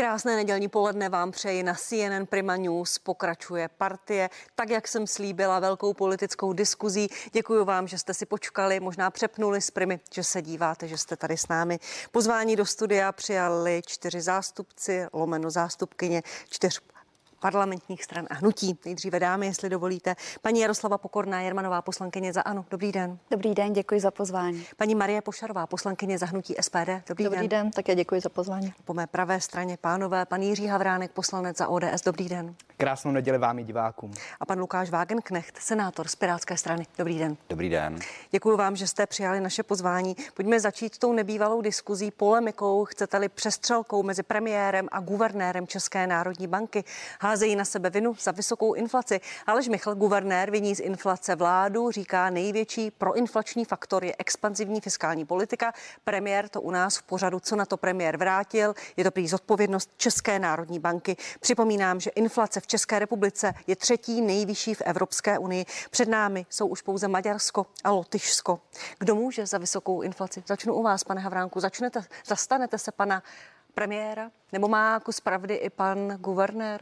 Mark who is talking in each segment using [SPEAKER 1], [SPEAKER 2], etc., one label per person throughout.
[SPEAKER 1] Krásné nedělní poledne vám přeji. Na CNN Prima News pokračuje Partie, tak jak jsem slíbila, velkou politickou diskuzí. Děkuji vám, že jste si počkali, možná přepnuli z Primy, že se díváte, že jste tady s námi. Pozvání do studia přijali 4 zástupci, zástupkyně 4 parlamentních stran a hnutí. Nejdříve dámy, jestli dovolíte. Paní Jaroslava Pokorná Jermanová, poslankyně za ANO. Dobrý den.
[SPEAKER 2] Dobrý den, děkuji za pozvání.
[SPEAKER 1] Paní Marie Pošarová, poslankyně za hnutí SPD.
[SPEAKER 2] Dobrý den, také děkuji za pozvání.
[SPEAKER 1] Po mé pravé straně pánové, pan Jiří Havránek, poslanec za ODS. Dobrý den.
[SPEAKER 3] Krásnou neděli vám i divákům.
[SPEAKER 1] A pan Lukáš Wagenknecht, senátor z Pirátské strany. Dobrý den.
[SPEAKER 4] Dobrý den.
[SPEAKER 1] Děkuji vám, že jste přijali naše pozvání. Pojďme začít tou nebývalou diskuzí, polemikou, chcete-li přestřelkou mezi premiérem a guvernérem České národní banky. Házejí na sebe vinu za vysokou inflaci. Aleš Michl, guvernér, viní z inflace vládu, říká, největší proinflační faktor je expanzivní fiskální politika. Premiér to u nás v pořadu, co na to premiér vrátil, je to prý zodpovědnost České národní banky. Připomínám, že inflace v České republice je 3. nejvyšší v Evropské unii. Před námi jsou už pouze Maďarsko a Lotyšsko. Kdo může za vysokou inflaci? Začnu u vás, pane Havránku. Zastanete se pana premiéra? Nebo má kus pravdy i pan guvernér?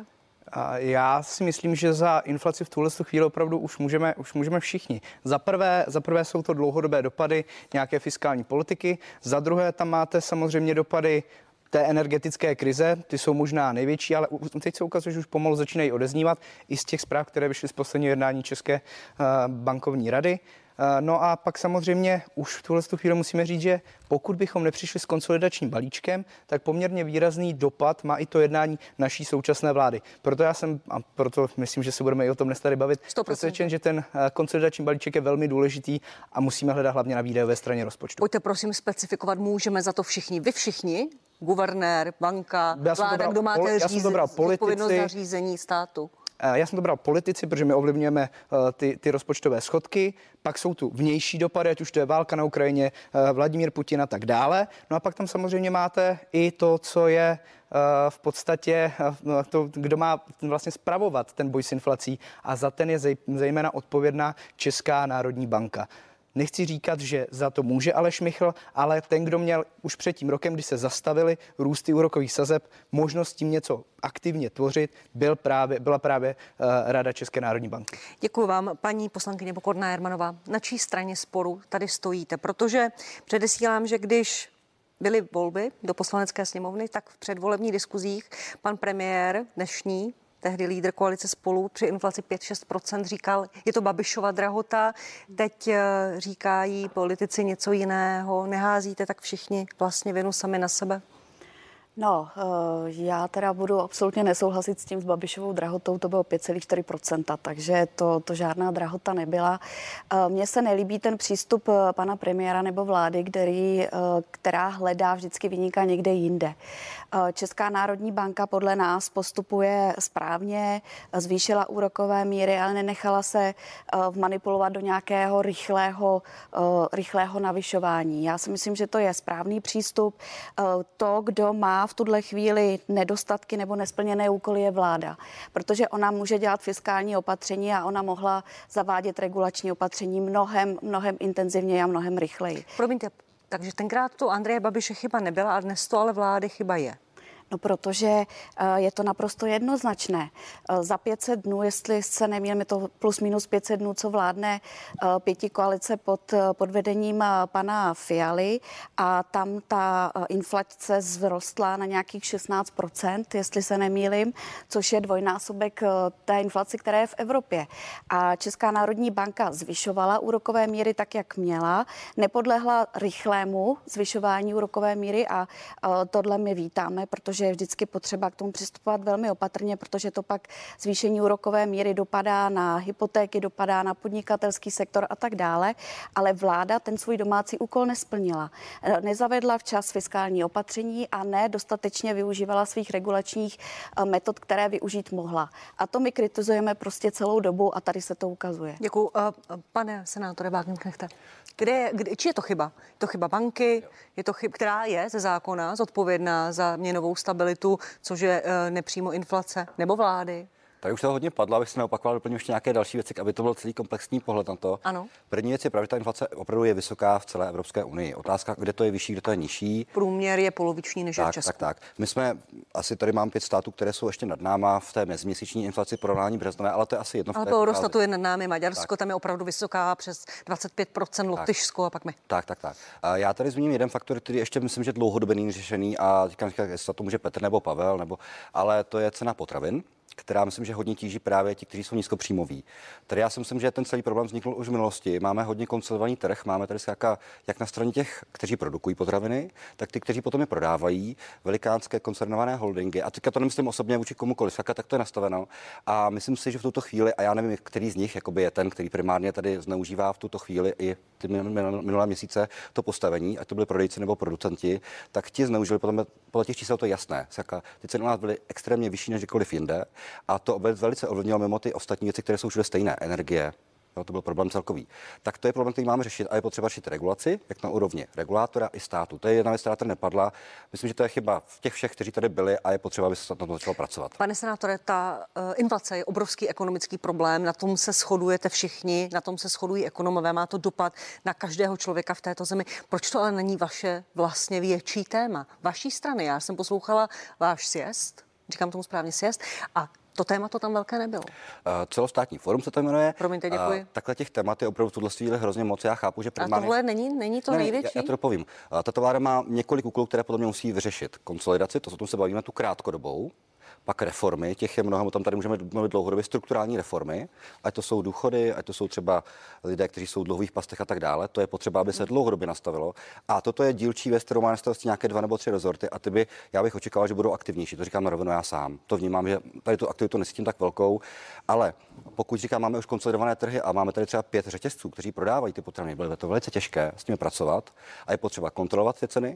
[SPEAKER 3] Já si myslím, že za inflaci v tuhle chvíli opravdu už můžeme všichni. Za prvé jsou to dlouhodobé dopady nějaké fiskální politiky, za druhé tam máte samozřejmě dopady té energetické krize, ty jsou možná největší, ale teď se ukazuje, že už pomalu začínají odeznívat i z těch zpráv, které vyšly z posledního jednání České bankovní rady. No a pak samozřejmě už v tuhle chvíli musíme říct, že pokud bychom nepřišli s konsolidačním balíčkem, tak poměrně výrazný dopad má i to jednání naší současné vlády. Proto myslím, že se budeme i o tom dnes tady bavit. Přesvědčen, že ten konsolidační balíček je velmi důležitý a musíme hledat hlavně na výdajové straně rozpočtu.
[SPEAKER 1] Pojďte prosím specifikovat, můžeme za to všichni, vy všichni, guvernér, banka, vláda, kdo máte odpovědnost za řízení státu?
[SPEAKER 3] Já jsem to bral politici, protože my ovlivňujeme ty rozpočtové schodky, pak jsou tu vnější dopady, ať už to je válka na Ukrajině, Vladimír Putin a tak dále. No a pak tam samozřejmě máte i to, co je v podstatě to, kdo má vlastně spravovat ten boj s inflací, a za ten je zejména odpovědná Česká národní banka. Nechci říkat, že za to může Aleš Michl, ale ten, kdo měl už před tím rokem, kdy se zastavily růsty úrokových sazeb, možnost tím něco aktivně tvořit, byla právě Rada České národní banky.
[SPEAKER 1] Děkuji vám, paní poslankyně Pokorná Jermanová. Na čí straně sporu tady stojíte? Protože předesílám, že když byly volby do Poslanecké sněmovny, tak v předvolebních diskuzích pan premiér dnešní, tehdy lídr koalice Spolu, při inflaci 5-6% říkal, je to Babišova drahota. Teď říkají politici něco jiného. Neházíte tak všichni vlastně vinu sami na sebe?
[SPEAKER 2] No, já teda budu absolutně nesouhlasit s tím s Babišovou drahotou, to bylo 5,4%, takže to žádná drahota nebyla. Mně se nelíbí ten přístup pana premiéra nebo vlády, která hledá vždycky viníka někde jinde. Česká národní banka podle nás postupuje správně, zvýšila úrokové míry, ale nenechala se manipulovat do nějakého rychlého navyšování. Já si myslím, že to je správný přístup. To, kdo má v tuhle chvíli nedostatky nebo nesplněné úkoly, je vláda, protože ona může dělat fiskální opatření a ona mohla zavádět regulační opatření mnohem intenzivněji a mnohem rychleji.
[SPEAKER 1] Promiňte, takže tenkrát to Andreje Babiše chyba nebyla a dnes to ale vlády chyba je.
[SPEAKER 2] No, protože je to naprosto jednoznačné. Za 500 dnů, jestli se nemýlím, je to plus minus 500 dnů, co vládne pětikoalice pod vedením pana Fialy, a tam ta inflace vzrostla na nějakých 16%, jestli se nemýlím, což je dvojnásobek té inflace, která je v Evropě. A Česká národní banka zvyšovala úrokové míry tak, jak měla, nepodlehla rychlému zvyšování úrokové míry a tohle my vítáme, protože je vždycky potřeba k tomu přistupovat velmi opatrně, protože to pak zvýšení úrokové míry dopadá na hypotéky, dopadá na podnikatelský sektor a tak dále, ale vláda ten svůj domácí úkol nesplnila. Nezavedla včas fiskální opatření a ne dostatečně využívala svých regulačních metod, které využít mohla. A to my kritizujeme prostě celou dobu a tady se to ukazuje.
[SPEAKER 1] Děkuji. Pane senátore Wagenknechte, či je to chyba? Je to chyba banky, je to chyba, která je ze zákona zodpovědná za měnovou stabilitu, což je nepřímo inflace, nebo vlády?
[SPEAKER 4] Tady už to hodně padlo, abych se neopakoval, doplním ještě nějaké další věci, aby to byl celý komplexní pohled na to.
[SPEAKER 1] Ano.
[SPEAKER 4] První věc je pravda, že ta inflace opravdu je vysoká v celé Evropské unii. Otázka, kde to je vyšší, kde to je nižší.
[SPEAKER 1] Průměr je poloviční než je v Česku.
[SPEAKER 4] Tak. My jsme asi tady mám 5 států, které jsou ještě nad náma v té meziměsíční inflaci porovnání březnové, ale to je asi jedno.
[SPEAKER 1] Ale po Eurostatu je nad námi Maďarsko, tam je opravdu vysoká, přes 25%, Lotyšsko a pak my.
[SPEAKER 4] Tak. A já tady zmíním jeden faktor, který ještě myslím, že dlouhodobě není řešený a říkám, jestli to může Petr nebo Pavel, ale to je cena potravin, která myslím, že hodně tíží právě ti, kteří jsou nízkopříjmoví. Tady já si myslím, že ten celý problém vznikl už v minulosti. Máme hodně konsolidovaný trh, máme tady zkrátka jak na straně těch, kteří produkují potraviny, tak ty, kteří potom je prodávají, velikánské koncernované holdingy. A teďka to nemyslím osobně vůči komukoliv, tak to je nastaveno. A myslím si, že v tuto chvíli, a já nevím, který z nich jakoby je ten, který primárně tady zneužívá v tuto chvíli i ty minulé měsíce to postavení, ať to byli prodejci nebo producenti, tak ti zneužili podle těch čísel to je jasné. Ty ceny u nás byly extrémně vyšší než kdykoliv jinde. A to velice ovlivnilo mimo ty ostatní věci, které jsou všude stejné, energie. No, to byl problém celkový. Tak to je problém, který máme řešit a je potřeba řešit regulaci, jak na úrovni regulátora i státu. To je jedna věc, která tady nepadla. Myslím, že to je chyba v těch všech, kteří tady byli a je potřeba, aby se na to začalo pracovat.
[SPEAKER 1] Pane senátore, ta inflace je obrovský ekonomický problém, na tom se shodujete všichni, na tom se shodují ekonomové, má to dopad na každého člověka v této zemi. Proč to ale není vaše vlastně větší téma? Vaší strany, já jsem poslouchala váš sjezd, říkám tomu správně sjezd, a to téma to tam velké nebylo.
[SPEAKER 4] Celostátní fórum se to jmenuje.
[SPEAKER 1] Promiňte, děkuji.
[SPEAKER 4] Takhle těch témat je opravdu v tuhle chvíli hrozně moc. Já chápu, že
[SPEAKER 1] primárně... A tohle není to největší?
[SPEAKER 4] Já to povím. Tato vláda má několik úkolů, které podle mě musí vyřešit. Konsolidaci, to o tom se bavíme, tu krátkodobou. Pak reformy, těch je mnoho, tam tady můžeme mluvit dlouhodobě, strukturální reformy, ať to jsou důchody, ať to jsou třeba lidé, kteří jsou v dluhových pastech a tak dále. To je potřeba, aby se dlouhodobě nastavilo. A toto je dílčí věc, kterou má na starosti nějaké 2 nebo 3 rezorty a já bych očekával, že budou aktivnější. To říkám na rovinu já sám. To vnímám, že tady tu aktivitu necítím tak velkou, ale pokud říkám, máme už konsolidované trhy a máme tady třeba 5 řetězců, kteří prodávají ty potraviny, bylo to velice těžké s nimi pracovat a je potřeba kontrolovat ty ceny.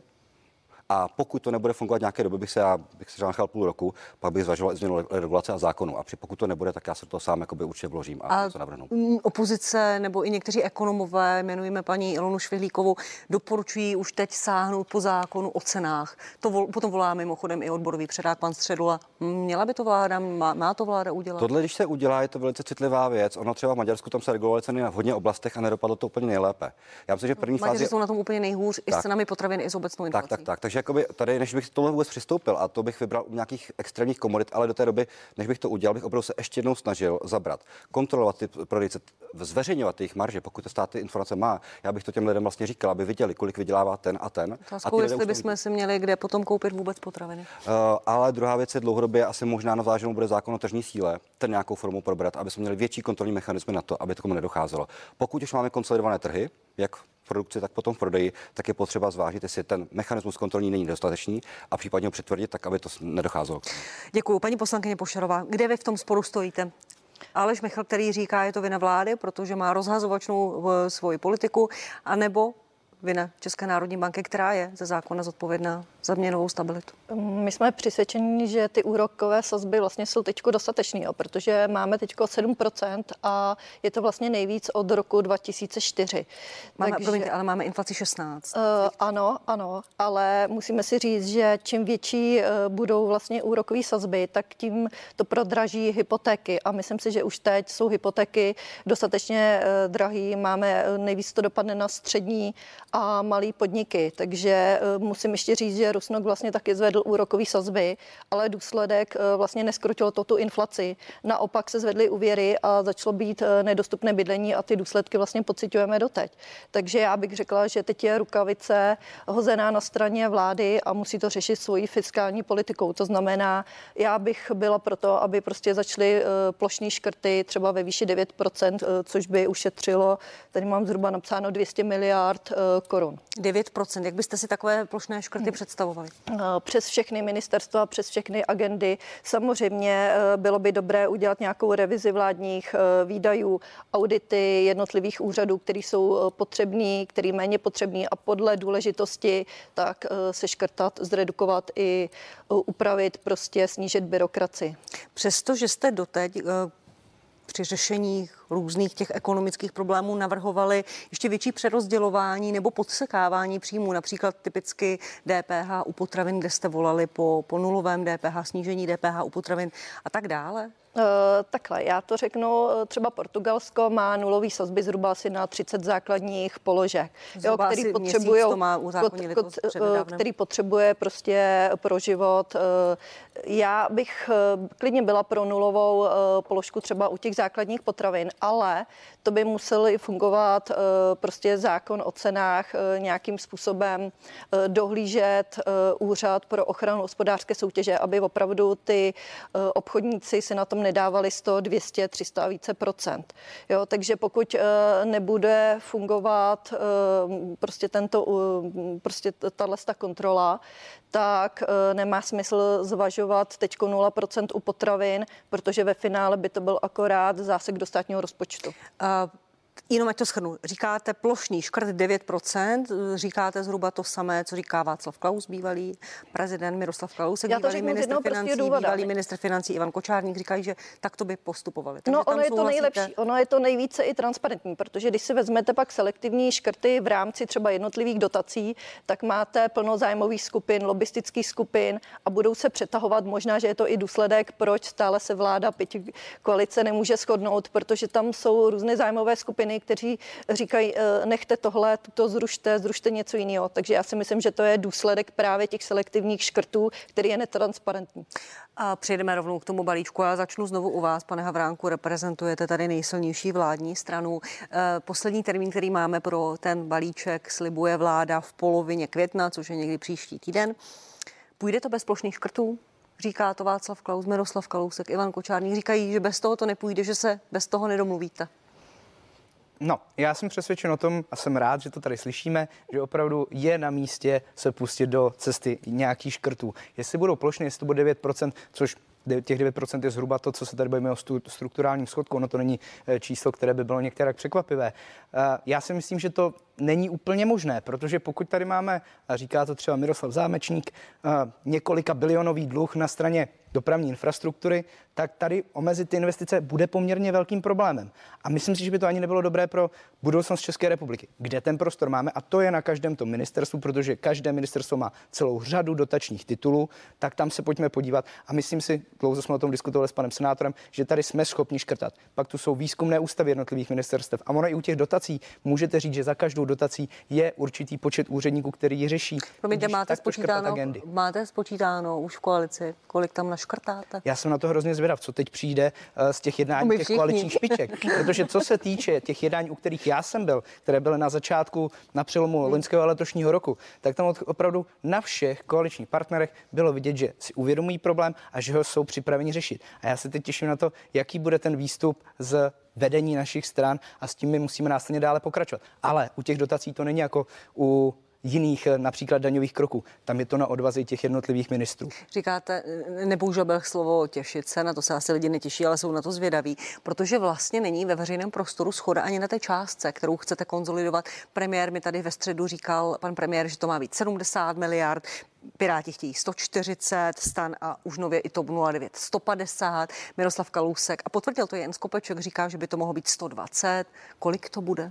[SPEAKER 4] A pokud to nebude fungovat nějaké doby, bych se nechal půl roku, pak bych zvažoval změnu regulace a zákonu. A pokud to nebude, tak já se to sám určitě vložím a co navrhnu.
[SPEAKER 1] Opozice nebo i někteří ekonomové, jmenujeme paní Ilonu Švihlíkovou, doporučují už teď sáhnout po zákonu o cenách. To potom volá mimochodem i odborový předák pan Středula. Měla by to vláda, má to vláda udělat?
[SPEAKER 4] Tohle, když se udělá, je to velice citlivá věc. Ono třeba v Maďarsku tam se regulovaly ceny v hodně oblastech a nedopadlo to úplně nejlépe. Já myslím, že v první fázi
[SPEAKER 1] jsou na tom úplně nejhůř i s cenami potravin i s obecnou inflací.
[SPEAKER 4] Tak. Takže jakoby tady, než bych tohle vůbec přistoupil, a to bych vybral u nějakých extrémních komodit, ale do té doby, než bych to udělal, bych opravdu se ještě jednou snažil zabrat, kontrolovat ty prodejce, zveřejňovat jejich marže, pokud to stát ty informace má. Já bych to těm lidem vlastně říkal, aby viděli, kolik vydělává ten a ten.
[SPEAKER 1] Otázkou, jestli bychom si měli kde potom koupit vůbec potraviny.
[SPEAKER 4] Ale druhá věc je dlouhodobě asi možná na váženou bude zákon o tržní síle, ten nějakou formou probrat, aby jsme měli větší kontrolní mechanismy na to, aby tomu nedocházelo. Pokud už máme konsolidované trhy, jak v produkci, tak potom v prodeji, tak je potřeba zvážit, jestli ten mechanismus kontrolní není dostatečný a případně ho přitvrdit, tak aby to nedocházelo.
[SPEAKER 1] Děkuji. Paní poslankyně Pošarová, kde vy v tom sporu stojíte? Aleš Michl, který říká, je to vina vlády, protože má rozhazovačnou svoji politiku, anebo vina České národní banky, která je ze zákona zodpovědná za měnovou stabilitu?
[SPEAKER 5] My jsme přesvědčeni, že ty úrokové sazby vlastně jsou teď dostatečné, protože máme teď 7% a je to vlastně nejvíc od roku 2004.
[SPEAKER 1] Promiňte, ale máme inflaci 16.
[SPEAKER 5] Ano, ale musíme si říct, že čím větší budou vlastně úrokové sazby, tak tím to prodraží hypotéky a myslím si, že už teď jsou hypotéky dostatečně drahý. Nejvíc to dopadne na střední a malý podniky, takže musím ještě říct, že Rusnok vlastně taky zvedl úrokový sazby, ale důsledek vlastně neskrotilo tu inflaci. Naopak se zvedly úvěry a začalo být nedostupné bydlení a ty důsledky vlastně pociťujeme doteď. Takže já bych řekla, že teď je rukavice hozená na straně vlády a musí to řešit svojí fiskální politikou. To znamená, já bych byla proto, aby prostě začaly plošní škrty třeba ve výši 9%, což by ušetřilo, tady mám zhruba napsáno 200 miliard korun.
[SPEAKER 1] 9%. Jak byste si takové plošné škrty představovali?
[SPEAKER 5] Přes všechny ministerstva, přes všechny agendy. Samozřejmě bylo by dobré udělat nějakou revizi vládních výdajů, audity jednotlivých úřadů, které jsou potřební, který méně potřební a podle důležitosti tak se škrtat, zredukovat i upravit, prostě snížit byrokracii.
[SPEAKER 1] Přestože jste doteď při řešení různých těch ekonomických problémů navrhovali ještě větší přerozdělování nebo podsekávání příjmů, například typicky DPH u potravin, kde jste volali po nulovém DPH, snížení DPH u potravin a tak dále.
[SPEAKER 5] Takhle, já to řeknu, třeba Portugalsko má nulový sazby zhruba asi na 30 základních položek, který potřebuje prostě pro život. Já bych klidně byla pro nulovou položku třeba u těch základních potravin, ale to by musel fungovat prostě zákon o cenách, nějakým způsobem dohlížet úřad pro ochranu hospodářské soutěže, aby opravdu ty obchodníci si na tom nedávali 100, 200, 300 a více procent. Jo, takže pokud nebude fungovat prostě tato kontrola, tak nemá smysl zvažovat teď 0% u potravin, protože ve finále by to byl akorát zásek do státního rozpočtu.
[SPEAKER 1] Jenom ať to shrnu. Říkáte plošný škrt 9%, říkáte zhruba to samé, co říká Václav Klaus, bývalý prezident, Miroslav Kalousek, bývalý ministr financí Ivan Kočárník, říkají, že takto by postupovali.
[SPEAKER 5] No, ono je to nejlepší, ono je to nejvíce i transparentní, protože když si vezmete pak selektivní škrty v rámci třeba jednotlivých dotací, tak máte plno zájmových skupin, lobistických skupin a budou se přetahovat. Možná, že je to i důsledek, proč stále se vláda pětikoalice nemůže shodnout, protože tam jsou různé zájmové skupiny, kteří říkají, nechte tohle, to zrušte něco jiného. Takže já si myslím, že to je důsledek právě těch selektivních škrtů, který je netransparentní.
[SPEAKER 1] A přejdeme rovnou k tomu balíčku. Já začnu znovu u vás, pane Havránku, reprezentujete tady nejsilnější vládní stranu. Poslední termín, který máme pro ten balíček, slibuje vláda v polovině května, což je někdy příští týden. Půjde to bez plošných škrtů? Říká to Václav Klaus, Miroslav Kalousek, Ivan Kočárník. Říkají, že bez toho to nepůjde, že se bez toho nedomluvíte.
[SPEAKER 3] No, já jsem přesvědčen o tom a jsem rád, že to tady slyšíme, že opravdu je na místě se pustit do cesty nějakých škrtů. Jestli budou plošné, jestli to bude 9%, což těch 9% je zhruba to, co se tady bavíme o strukturálním schodku, ono to není číslo, které by bylo některak překvapivé. Já si myslím, že to není úplně možné, protože pokud tady máme, a říká to třeba Miroslav Zámečník, několika bilionový dluh na straně dopravní infrastruktury, tak tady omezit ty investice bude poměrně velkým problémem. A myslím si, že by to ani nebylo dobré pro budoucnost České republiky, kde ten prostor máme, a to je na každém tom ministerstvu, protože každé ministerstvo má celou řadu dotačních titulů, tak tam se pojďme podívat. A myslím si, dlouho jsme o tom diskutovali s panem senátorem, že tady jsme schopni škrtat. Pak tu jsou výzkumné ústavy jednotlivých ministerstev. A ono i u těch dotací můžete říct, že za každou dotací je určitý počet úředníků, který ji řeší.
[SPEAKER 1] Promiňte, máte spočítáno už v koalici, kolik tam naškrtáte?
[SPEAKER 3] Já jsem na to hrozně zvědav, co teď přijde z těch jednání těch koaličních špiček. Protože co se týče těch jednání, u kterých já jsem byl, které byly na začátku, na přelomu loňského a letošního roku, tak tam opravdu na všech koaličních partnerech bylo vidět, že si uvědomují problém a že ho jsou připraveni řešit. A já se teď těším na to, jaký bude ten výstup z vedení našich stran a s tím my musíme následně dále pokračovat. Ale u těch dotací to není jako u jiných například daňových kroků. Tam je to na odvaze těch jednotlivých ministrů.
[SPEAKER 1] Říkáte, nepoužil bych slovo těšit se, na to se asi lidi netěší, ale jsou na to zvědaví, protože vlastně není ve veřejném prostoru shoda ani na té částce, kterou chcete konsolidovat. Premiér mi tady ve středu říkal, pan premiér, že to má být 70 miliard, Piráti chtějí 140, STAN a už nově i TOP 09 150, Miroslav Kalousek a potvrdil to Jan Skopeček, říká, že by to mohlo být 120. Kolik to bude?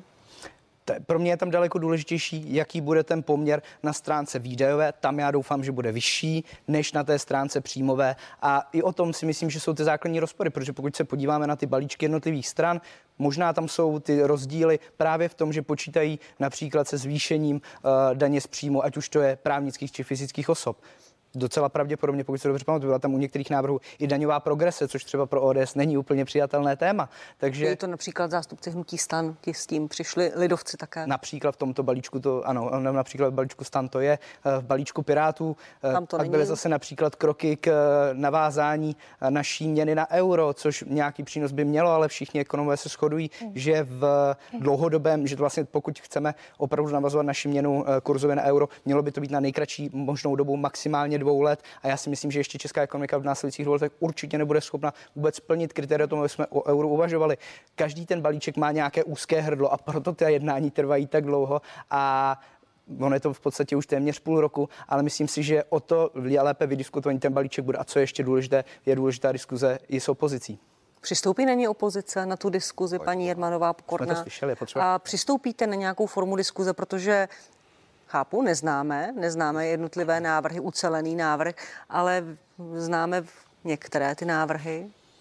[SPEAKER 3] Pro mě je tam daleko důležitější, jaký bude ten poměr na stránce výdajové. Tam já doufám, že bude vyšší než na té stránce příjmové. A i o tom si myslím, že jsou ty základní rozpory, protože pokud se podíváme na ty balíčky jednotlivých stran, možná tam jsou ty rozdíly právě v tom, že počítají například se zvýšením daně z příjmu, ať už to je právnických či fyzických osob. Docela pravděpodobně, pokud se dobře pamatuju, byla tam u některých návrhů i daňová progrese, což třeba pro ODS není úplně přijatelné téma. Takže
[SPEAKER 1] je to například zástupci hnutí STAN, ti s tím přišli, lidovci také.
[SPEAKER 3] Například v tomto balíčku to ano, například v balíčku STAN to je, v balíčku Pirátů pak byly zase například kroky k navázání naší měny na euro, což nějaký přínos by mělo, ale všichni ekonomové se shodují, že v dlouhodobém, že vlastně pokud chceme opravdu navazovat naši měnu kurzově na euro, mělo by to být na nejkratší možnou dobu maximálně 2 let a já si myslím, že ještě česká ekonomika v následujících 2 letech určitě nebude schopna vůbec splnit kritéria tomu, aby jsme o euru uvažovali. Každý ten balíček má nějaké úzké hrdlo a proto ty jednání trvají tak dlouho a ono je to v podstatě už téměř půl roku, ale myslím si, že o to lépe vydiskutovaný ten balíček bude. A co je ještě důležité, je důležitá diskuze i s opozicí.
[SPEAKER 1] Přistoupí na ně opozice, na tu diskuzi, paní Jermanová Pokorná? A přistoupíte na nějakou formu diskuze, protože chápu, neznáme jednotlivé návrhy, ucelený návrh, ale známe některé ty návrhy.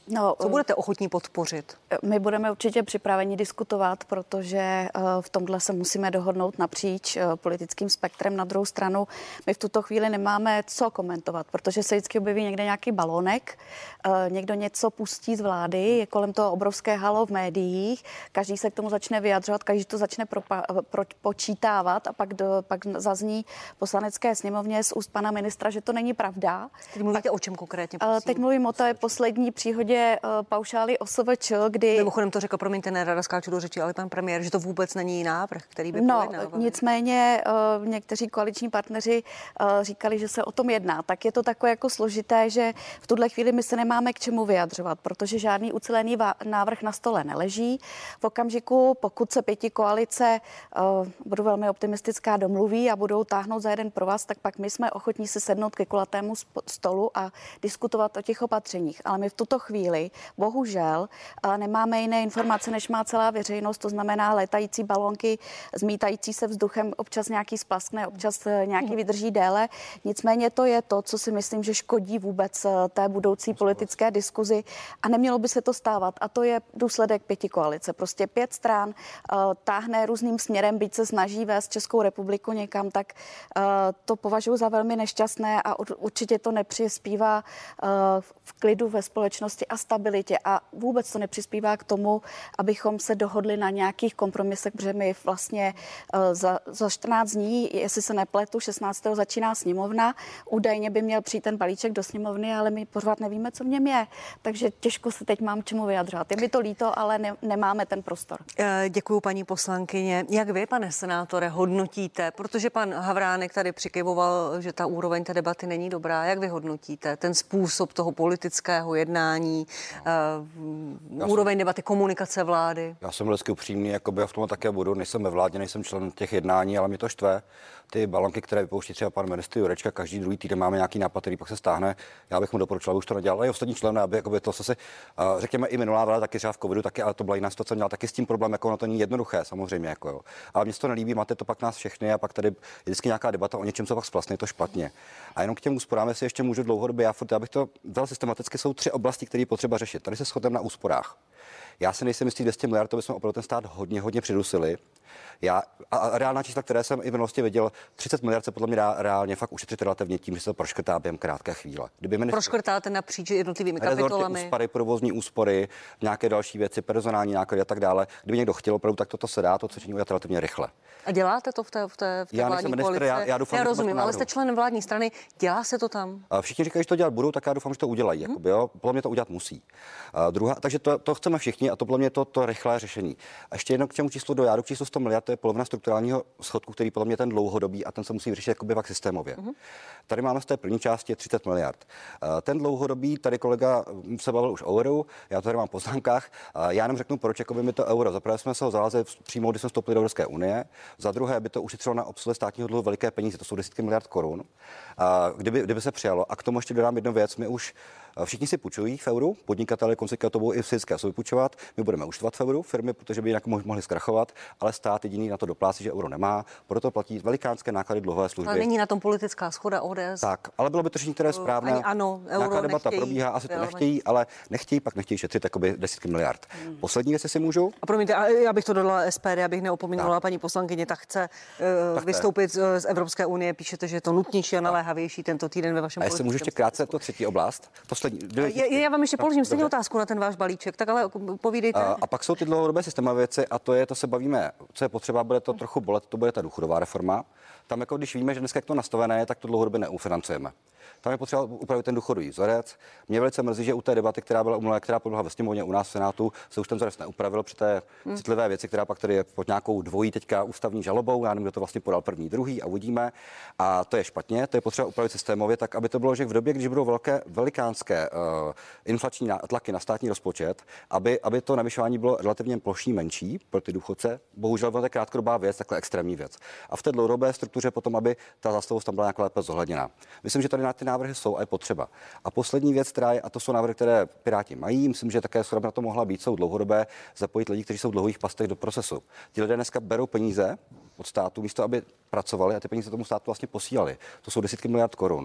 [SPEAKER 2] No,
[SPEAKER 1] Co budete ochotní podpořit?
[SPEAKER 2] My budeme určitě připraveni diskutovat, protože v tomhle se musíme dohodnout napříč politickým spektrem. Na druhou stranu my v tuto chvíli nemáme co komentovat, protože se vždycky objeví někde nějaký balónek, někdo něco pustí z vlády, je kolem toho obrovské halo v médiích, každý se k tomu začne vyjadřovat, každý to začne počítávat a pak zazní poslanecké sněmovně z úst pana ministra, že to není pravda.
[SPEAKER 1] Teď mluvíte o čem konkrétně?
[SPEAKER 2] Teď mluvím o té poslední příhodě paušály OSVČ, kdy...
[SPEAKER 1] Mimochodem to řekl, promiňte, nerada skáču do řeči, ale pan premiér, že to vůbec není návrh, který by projednával.
[SPEAKER 2] Nicméně někteří koaliční partneři říkali, že se o tom jedná. Tak je to takové jako složité, že v tuhle chvíli my se nemáme k čemu vyjadřovat, protože žádný ucelený návrh na stole neleží. V okamžiku, pokud se pětikoalice, budu velmi optimistická, domluví a budou táhnout za jeden provaz, tak pak my jsme ochotní si sednout ke kulatému stolu a diskutovat o těch opatřeních. Ale my v tuto chvíli bohužel nemáme jiné informace, než má celá veřejnost, to znamená létající balónky, zmítající se vzduchem, občas nějaký splaskne, občas nějaký vydrží déle. Nicméně to je to, co si myslím, že škodí vůbec té budoucí politické diskuzi a nemělo by se to stávat. A to je důsledek pětikoalice. Prostě 5 stran táhne různým směrem, byť se snaží vést Českou republiku někam, tak to považuji za velmi nešťastné a určitě to nepřispívá v klidu ve společnosti a stabilitě a vůbec to nepřispívá k tomu, abychom se dohodli na nějakých kompromisech, protože my vlastně za 14 dní, jestli se nepletu, 16. začíná sněmovna, údajně by měl přijít ten balíček do sněmovny, ale my pořád nevíme, co v něm je, takže těžko se teď mám čemu vyjadřovat. Je mi to líto, ale nemáme ten prostor.
[SPEAKER 1] Děkuju, paní poslankyně. Jak vy, pane senátore, hodnotíte, protože pan Havránek tady přikyvoval, že ta úroveň té debaty není dobrá, jak vy hodnotíte ten způsob toho politického jednání, úroveň debaty, komunikace vlády?
[SPEAKER 4] Já jsem vždycky upřímný, jakoby já v tom také budu, nejsem ve vládě, nejsem člen těch jednání, ale mě to štve. Ty balonky, které vypouští třeba pan ministr Jurečka, každý druhý týden máme nějaký nápad, který pak se stáhne. Já bych mu doporučil, aby už to nedělal. Ale i ostatní členové, aby jakoby to se řekněme i minulá vláda taky třeba v covidu taky, ale to byla jiná situace, měla taky s tím problém, jako na to není jednoduché, samozřejmě jako jo. Ale mně se to nelíbí, máte to pak nás všechny a pak tady je vždycky nějaká debata o něčem, co pak splasne, je to špatně. A jenom k těm úsporám si ještě můžu dlouhodobě, já bych to dal systematicky, jsou 3 oblasti, které je potřeba řešit. Tady se shodneme na úsporách. Já si nejsem jistý, 200 miliard, to bychom opravdu ten stát hodně přidusili. A reálná čísla, které jsem i v minulosti viděl, 30 miliard se podle mě dá reálně fakt ušetřit relativně tím, že se to proškrtá během krátké chvíle.
[SPEAKER 1] Proškrtáte napříč jednotlivými kapitolami.
[SPEAKER 4] Úspory, provozní úspory, nějaké další věci, personální náklady a tak dále. Kdyby někdo chtěl opravdu, tak toto se dá, to cvičení udělat relativně rychle.
[SPEAKER 1] A děláte to v té vládní koalici?
[SPEAKER 4] Já doufám,
[SPEAKER 1] já rozumím, ale jste členem vládní strany, dělá se to tam?
[SPEAKER 4] Všichni říkají, že to dělat budou, tak já doufám, že to udělají. Jakoby, jo? Podle mě to udělat musí. Takže to chceme všichni a to podle mě to rychlé řešení. A ještě jedno k těmu číslu do k číslu 100 miliard, to je polovina strukturálního schodku, který podle mě ten dlouhodobý a ten se musí vyřešit jakoby pak systémově. Tady máme z té první části 30 miliard. Ten dlouhodobý, tady kolega se bavil už o euru, já to tady mám v poznámkách. Já jenom řeknu, proč jakoby mi to euro. Za prvé jsme se ho zalazili přímo, když jsme vstoupili do Evropské unie. Za druhé by to ušetřilo na obsluhu státního dluhu veliké peníze, to jsou desítky miliard korun. Kdyby se přijalo. A k tomu ještě dodám jednu věc, my už všichni si půjčují v euru, podnikatelé konsekventovou i fyzické jsou vypůjčovat. My budeme účtovat v euru firmy, protože by jinak mohli zkrachovat, ale stát jediný na to doplácí, že euro nemá, proto platí velikánské náklady dluhové služby.
[SPEAKER 1] Ale není na tom politická shoda ODS.
[SPEAKER 4] Tak, ale bylo by to řešení, které je správné.
[SPEAKER 1] Ano,
[SPEAKER 4] nějaká debata probíhá, asi to nechtějí, ale pak nechtějí šetřit jakoby desítky miliard. Poslední věc, si můžu.
[SPEAKER 1] A promiňte, já bych to dodala SPD, abych neopominula paní poslankyně, tak chce vystoupit z Evropské unie. Píšete, že je to nutnější a naléhavější tento týden ve vašem
[SPEAKER 4] politickém. A jestli můžu ještě krátce to třetí oblast.
[SPEAKER 1] Já vám ještě položím stejně otázku na ten váš balíček, tak ale povídejte.
[SPEAKER 4] A pak jsou ty dlouhodobé systémové věci a to se bavíme, co je potřeba, bude to trochu bolet, to bude ta důchodová reforma. Tam jako když víme, že dneska jak to nastavené je, tak to dlouhodobě neufinancujeme. Tam je potřeba upravit ten důchodový vzorec. Mě velice mrzí, že u té debaty, která proběhla ve sněmovně u nás v Senátu, se už ten vzorec neupravil při té citlivé věci, která pak tady je pod nějakou dvojí teďka ústavní žalobou. Já nevím, kdo to vlastně podal první, druhý a uvidíme. A to je špatně, to je potřeba upravit systémově, tak aby to bylo, že v době, když budou velikánské inflační tlaky na státní rozpočet, aby to navyšování bylo relativně plošní, menší pro ty důchodce. Bohužel to je krátkodobá věc, takhle extrémní věc. A v té dlouhodobé struktuře potom, aby ta zásluhovost tam byla nějak lépe zohledněna. Myslím, že tady na ty návrhy jsou a je potřeba. A poslední věc, která je, a to jsou návrhy, které Piráti mají, myslím, že také shoda na to mohla být, jsou dlouhodobé, zapojit lidi, kteří jsou v dlouhých pastech do procesu. Ti lidé dneska berou peníze od státu, místo aby pracovali a ty peníze tomu státu vlastně posílali. To jsou desítky miliard korun.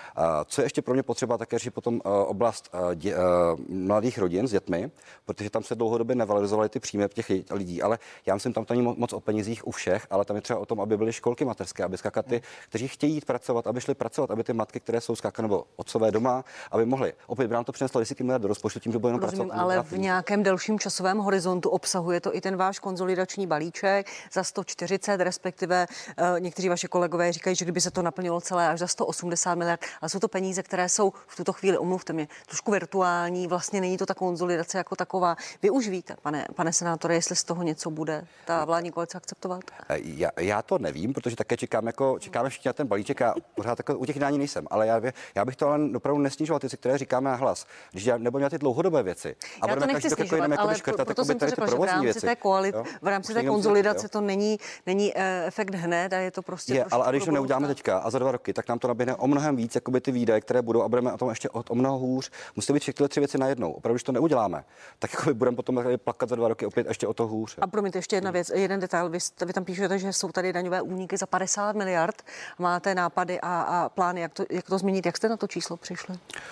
[SPEAKER 4] Co je ještě pro mě potřeba, také řešit potom oblast mladých rodin s dětmi, protože tam se dlouhodobě nevalorizovaly ty příjmy těch lidí, ale já myslím, tam to není moc o penězích u všech, ale tam je třeba o tom, aby byly školky mateřské, aby skákat ty, kteří chtějí jít pracovat, aby šli pracovat, aby ty matky, které jsou skákané nebo otcové doma, aby mohly. Opět by nám to přineslo desítky miliard do rozpočtu tím, že budou jenom pracovat.
[SPEAKER 1] Ale v nějakém delším časovém horizontu obsahuje to i ten váš konsolidační balíček za 140, respektive někteří vaši kolegové říkají, že kdyby se to naplnilo celé až za 180 miliard, ale jsou to peníze, které jsou v tuto chvíli, omluvte mě, trošku virtuální, vlastně není to ta konsolidace jako taková. Vy už víte, pane senátore, jestli z toho něco bude ta vládní koalice akceptovat?
[SPEAKER 4] Já to nevím, protože také čekáme všichni na ten balíček a pořád u těch jednání nejsem, ale já bych to ale opravdu nesnižoval, ty, které říkáme na hlas. Když nebudeme dělat ty dlouhodobé věci. A
[SPEAKER 1] já to nechci snižovat, ale proto jsem to řekla, že v rámci té konsolidace to není efekt hned a je to prostě
[SPEAKER 4] ale když to neuděláme teďka a za 2 roky, tak nám to naběhne o mnohem víc, jakoby ty výdaje, které budou a budeme na tom ještě o mnoho hůř. Musí být všechny 3 věci najednou. Opravdu, když to neuděláme, tak jakoby budeme potom plakat za 2 roky opět ještě o to hůř.
[SPEAKER 1] A promiňte, ještě jedna věc, jeden detail. Vy tam píšete, že jsou tady daňové úniky za 50 miliard. Máte nápady a plány, jak to změnit? Jak jste na to číslo přišli?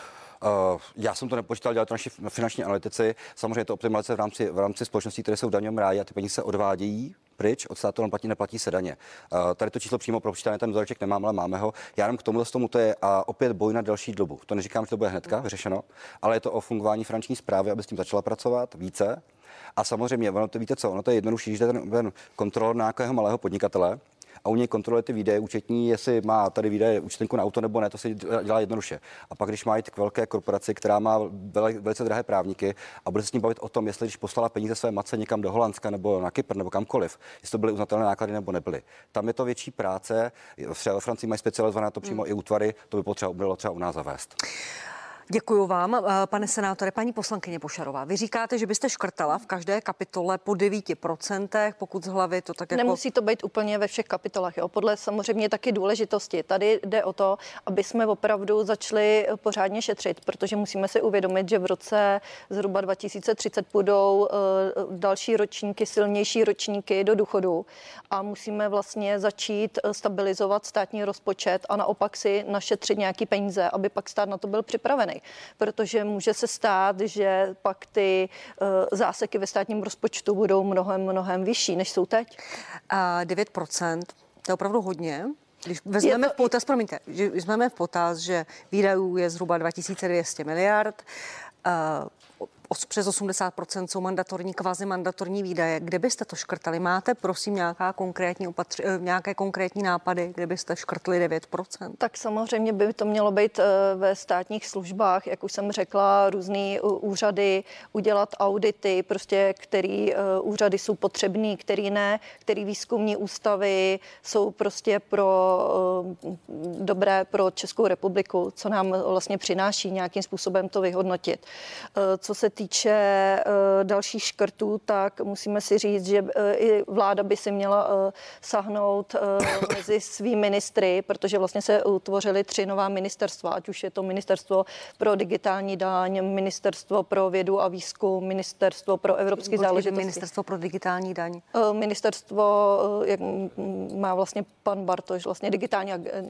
[SPEAKER 4] Já jsem to nepočítal, dělali to naši finanční analytici. Samozřejmě to optimalizace v rámci společností, které jsou v daňovém ráji a ty peníze se odvádějí pryč, od státu neplatí se daně. Tady to číslo přímo propočítané, ten vzoreček nemám, ale máme ho. Já jenom k tomu to je opět boj na delší dobu. To neříkám, že to bude hnedka vyřešeno, ale je to o fungování finanční správy, aby s tím začala pracovat více. A samozřejmě, víte co, ono to je jednodušší, že ten kontrolor nějakého malého podnikatele a u něj kontroluje ty výdaje účetní, jestli má tady výdaje účtenku na auto nebo ne, to se dělá jednoduše. A pak, když má jít k velké korporaci, která má velice drahé právníky a bude se s ním bavit o tom, jestli když poslala peníze své matce někam do Holandska nebo na Kypr nebo kamkoliv, jestli to byly uznatelné náklady nebo nebyly. Tam je to větší práce. Ve Francii mají specializované to přímo i útvary, to by bylo třeba u nás zavést.
[SPEAKER 1] Děkuji vám, pane senátore. Paní poslankyně Pošarová, vy říkáte, že byste škrtala v každé kapitole po 9%, pokud z hlavy to tak jako...
[SPEAKER 5] Nemusí to být úplně ve všech kapitolách, jo. Podle samozřejmě taky důležitosti. Tady jde o to, aby jsme opravdu začali pořádně šetřit, protože musíme si uvědomit, že v roce zhruba 2030 půjdou další ročníky, silnější ročníky do důchodu a musíme vlastně začít stabilizovat státní rozpočet a naopak si našetřit nějaký peníze, aby pak stát na to byl připravený. Protože může se stát, že pak ty záseky ve státním rozpočtu budou mnohem vyšší, než jsou teď.
[SPEAKER 1] 9%, to je opravdu hodně. Když vezmeme vezmeme v potaz, že výdajů je zhruba 2200 miliard, přes 80% jsou mandatorní, kvazimandatorní výdaje. Kde byste to škrtali? Máte, prosím, nějaké konkrétní nápady, kde byste škrtli 9%?
[SPEAKER 5] Tak samozřejmě by to mělo být ve státních službách, jak už jsem řekla, různý úřady, udělat audity, prostě který úřady jsou potřebný, který ne, který výzkumní ústavy jsou prostě dobré pro Českou republiku, co nám vlastně přináší nějakým způsobem to vyhodnotit. Co se týče dalších škrtů, tak musíme si říct, že i vláda by si měla sahnout mezi svými ministry, protože vlastně se utvořily 3 nová ministerstva, ať už je to ministerstvo pro digitální daň, ministerstvo pro vědu a výzkum, ministerstvo pro evropské záležitosti.
[SPEAKER 1] Ministerstvo pro digitální daň.
[SPEAKER 5] Ministerstvo, jak má vlastně pan Bartoš, vlastně digitální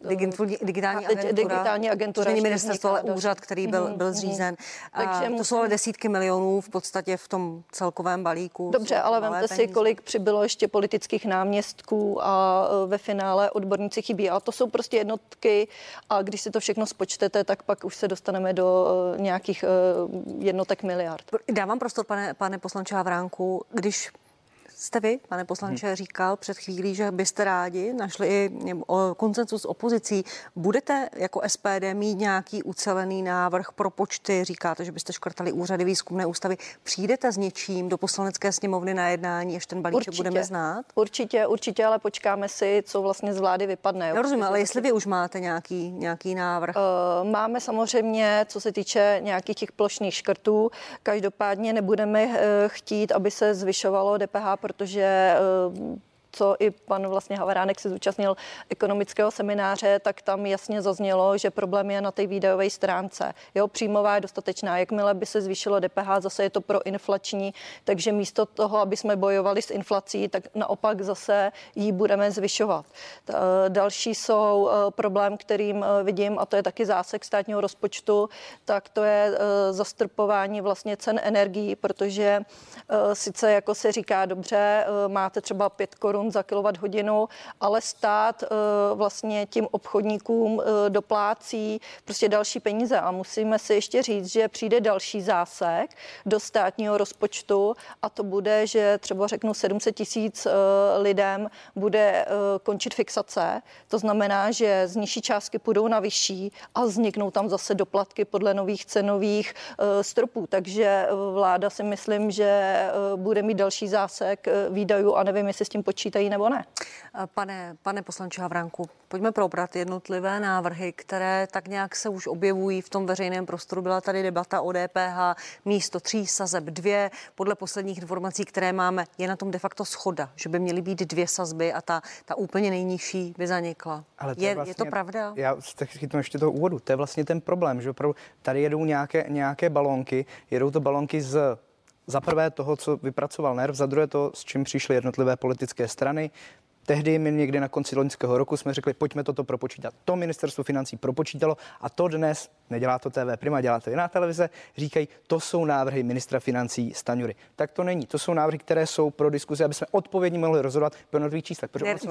[SPEAKER 5] agentura.
[SPEAKER 1] To není ministerstvo, ale úřad, který byl zřízen. Takže to jsou ale desítky milionů v podstatě v tom celkovém balíku.
[SPEAKER 5] Dobře, ale vemte si, kolik přibylo ještě politických náměstků a ve finále odborníci chybí. A to jsou prostě jednotky a když si to všechno spočtete, tak pak už se dostaneme do nějakých jednotek miliard.
[SPEAKER 1] Dávám prostor, pane poslanče Havránku, když jste vy, pane poslanče, říkal před chvílí, že byste rádi našli i konsenzus opozicí. Budete jako SPD mít nějaký ucelený návrh pro počty? Říkáte, že byste škrtali úřady, výzkumné ústavy. Přijdete s něčím do Poslanecké sněmovny na jednání, až ten balíček budeme znát?
[SPEAKER 5] Určitě, ale počkáme si, co vlastně z vlády vypadne.
[SPEAKER 1] Já rozumím, ale jestli vy už máte nějaký návrh?
[SPEAKER 5] Máme samozřejmě, co se týče nějakých těch plošných škrtů. Každopádně nebudeme chtít, aby se zvyšovalo DPH, protože co i pan vlastně Havaránek se zúčastnil ekonomického semináře, tak tam jasně zaznělo, že problém je na té výdajové stránce. Jo, příjmová je dostatečná. Jakmile by se zvýšilo DPH, zase je to proinflační, takže místo toho, aby jsme bojovali s inflací, tak naopak zase ji budeme zvyšovat. Další jsou problém, kterým vidím, a to je taky zásek státního rozpočtu, tak to je zastrpování vlastně cen energií, protože sice jako se říká dobře, máte třeba 5 korun za kilowatthodinu, ale stát vlastně tím obchodníkům doplácí prostě další peníze a musíme si ještě říct, že přijde další zásek do státního rozpočtu a to bude, že třeba řeknu 700 000 lidem bude končit fixace. To znamená, že z nižší částky půjdou na vyšší a vzniknou tam zase doplatky podle nových cenových stropů. Takže vláda si myslím, že bude mít další zásek výdajů a nevím, jestli s tím počítají nebo ne.
[SPEAKER 1] Pane poslanče Havránku, pojďme probrat jednotlivé návrhy, které tak nějak se už objevují v tom veřejném prostoru. Byla tady debata o DPH místo 3 sazeb 2. Podle posledních informací, které máme, je na tom de facto shoda, že by měly být 2 sazby a ta úplně nejnižší by zanikla. Ale je to pravda?
[SPEAKER 3] Já chytnu ještě toho úvodu. To je vlastně ten problém, že opravdu tady jedou nějaké balónky, jedou to balónky za prvé toho, co vypracoval NERV, za druhé to, s čím přišly jednotlivé politické strany. Tehdy my někdy na konci loňského roku jsme řekli, pojďme toto propočítat. To ministerstvo financí propočítalo a to dnes, nedělá to TV Prima, dělá to jiná televize, říkají, to jsou návrhy ministra financí Stanjury. Tak to není. To jsou návrhy, které jsou pro diskuzi, aby jsme odpovědně mohli rozhodovat po jednotlivých číslech.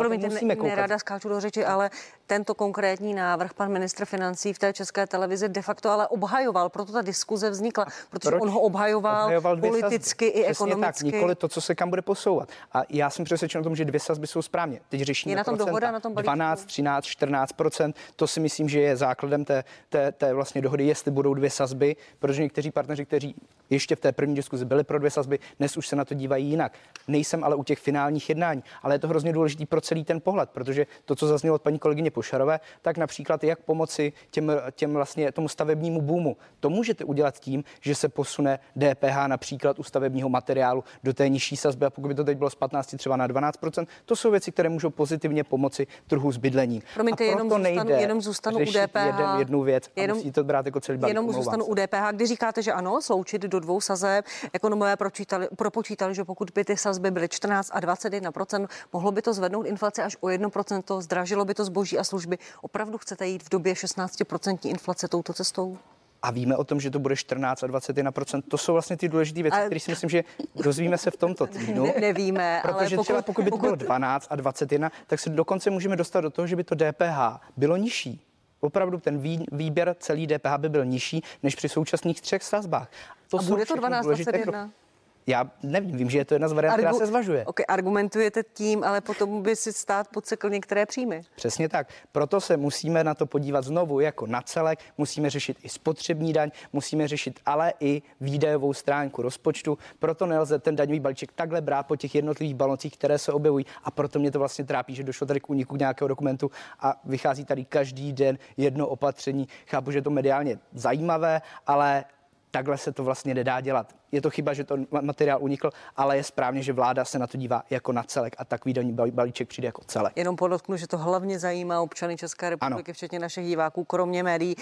[SPEAKER 1] Nerada skáču do řeči, ale tento konkrétní návrh pan ministr financí v té České televizi de facto ale obhajoval, proto ta diskuze vznikla, protože on ho obhajoval politicky i ekonomicky.
[SPEAKER 3] Tak, nikoli to, co se kam bude posouvat. A já jsem přesvědčen o tom, že 2 sazby jsou správně. Teď řešíme
[SPEAKER 1] je na tom dohoda, na tom balíčku?
[SPEAKER 3] 12, 13, 14%. To si myslím, že je základem té vlastně dohody, jestli budou 2 sazby, protože někteří partneři, kteří ještě v té první diskuzi byli pro 2 sazby, dnes už se na to dívají jinak. Nejsem ale u těch finálních jednání, ale je to hrozně důležitý pro celý ten pohled, protože to, co zaznělo od paní kolegyně Pošarové, tak například jak pomoci těm vlastně tomu stavebnímu boomu. To můžete udělat tím, že se posune DPH například u stavebního materiálu do té nižší sazby, a pokud by to teď bylo z 15 třeba na 12%, to jsou věci, které můžou pozitivně pomoci trhu s bydlením.
[SPEAKER 1] Promiňte, jenom zůstanu u DPH.
[SPEAKER 3] Jednu věc a musí to brát jako celý balík.
[SPEAKER 1] Jenom zůstanu u DPH, kdy říkáte, že ano, sloučit do 2 sazeb. Ekonomové propočítali, že pokud by ty sazby byly 14 a 21%, mohlo by to zvednout inflaci až o 1%, zdražilo by to zboží a služby. Opravdu chcete jít v době 16% inflace touto cestou?
[SPEAKER 3] A víme o tom, že to bude 14 a 21%. To jsou vlastně ty důležité věci, které si myslím, že dozvíme se v tomto týdnu.
[SPEAKER 1] Nevíme,
[SPEAKER 3] protože
[SPEAKER 1] ale
[SPEAKER 3] třeba pokud by to bylo 12 a 21, tak se dokonce můžeme dostat do toho, že by to DPH bylo nižší. Opravdu ten výběr celý DPH by byl nižší než při současných 3 sazbách.
[SPEAKER 1] A bude to 12 a 21?
[SPEAKER 3] Já nevím, vím, že je to jedna z variant, která se zvažuje.
[SPEAKER 1] Okay, argumentujete tím, ale potom by si stát podsekl některé příjmy.
[SPEAKER 3] Přesně tak. Proto se musíme na to podívat znovu jako na celek, musíme řešit i spotřební daň, musíme řešit ale i výdajovou stránku rozpočtu. Proto nelze ten daňový balíček takhle brát po těch jednotlivých balancích, které se objevují, a proto mě to vlastně trápí, že došlo tady k úniku nějakého dokumentu a vychází tady každý den jedno opatření. Chápu, že je to mediálně zajímavé, ale takhle se to vlastně nedá dělat. Je to chyba, že to materiál unikl, ale je správně, že vláda se na to dívá jako na celek a takový daňový balíček přijde jako celek.
[SPEAKER 1] Jenom podotknu, že to hlavně zajímá občany České republiky, ano, včetně našich diváků, kromě médií.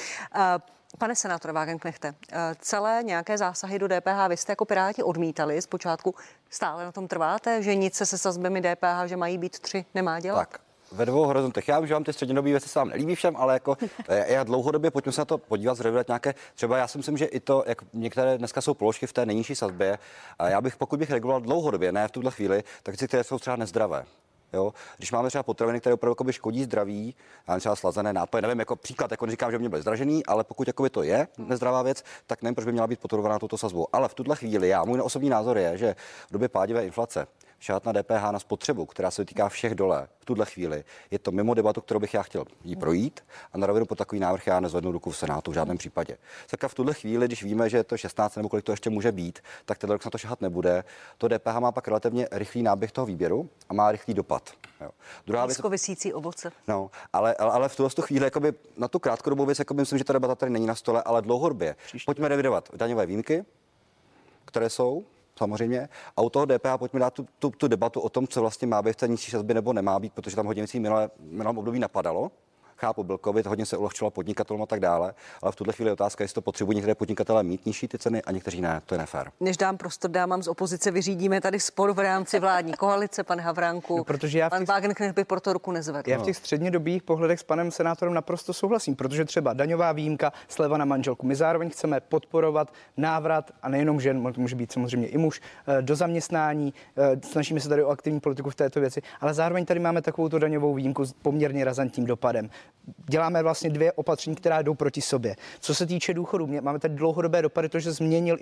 [SPEAKER 1] Pane senátore Wagenknechte, celé nějaké zásahy do DPH vy jste jako Piráti odmítali zpočátku. Stále na tom trváte, že nic se sazbami DPH, že mají být 3, nemá dělat?
[SPEAKER 4] Tak. Ve 2 horizontech. Já vím, že vám ty střednědobé věci se vám nelíbí všem, ale jako já dlouhodobě pojďme se na to podívat, zrevidovat nějaké, třeba já si myslím, že i to, jak některé dneska jsou položky v té nejnižší sazbě, a já bych, pokud bych reguloval dlouhodobě, ne v tuhle chvíli, tak ty, které jsou třeba nezdravé. Jo? Když máme třeba potraviny, které opravdu škodí zdraví, já třeba slazené nápoje, nevím, jako příklad, jako neříkám, že by byly zdražený, ale pokud to je nezdravá věc, tak nevím, proč by měla být podporovaná touto sazbou. Ale v tuhle chvíli můj osobní názor je, že v době pádivé inflace šát na DPH na spotřebu, která se týká všech dole, v tuhle chvíli je to mimo debatu, kterou bych já chtěl jí projít, a na rovinu po takový návrh já nezvednu ruku v Senátu v žádném případě. Tak v tuhle chvíli, když víme, že je to 16 nebo kolik to ještě může být, tak ten rok na to šahat nebude. To DPH má pak relativně rychlý náběh toho výběru a má rychlý dopad. Jo. Druhá věc,
[SPEAKER 1] visící ovoce.
[SPEAKER 4] No, ale v tuhle chvíli jakoby, na tu krátkodobou věc myslím, že ta debata tady není na stole, ale dlouhodobě. Pojďme revidovat daňové výjimky, které jsou. samozřejmě. A u toho DPH pojďme dát tu debatu o tom, co vlastně má být v té nižší sazbě nebo nemá být, protože tam hodně věcí minulém období napadalo. Chápu, byl covid, hodně se ulehčilo podnikatelům a tak dále, ale v tuhle chvíli je otázka, jestli to potřebují některé podnikatelé mít nižší ty ceny a někteří ne, to je nefér.
[SPEAKER 1] Než dám prostor dámám z opozice, vyřídíme tady spor v rámci vládní koalice, pan Havránku.
[SPEAKER 3] No, protože
[SPEAKER 1] pan Wagenknecht by pro to ruku nezvedl.
[SPEAKER 3] Já v těch střednědobých pohledech s panem senátorem naprosto souhlasím, protože třeba daňová výjimka, sleva na manželku. My zároveň chceme podporovat návrat a nejenom žen, může být samozřejmě i muž, do zaměstnání. Snažíme se tady o aktivní politiku v této věci, ale zároveň tady máme takovou tu daňovou výjimku s poměrně razantním dopadem. Děláme vlastně dvě opatření, která jdou proti sobě. Co se týče důchodů, máme tady dlouhodobé dopady, to, že změnil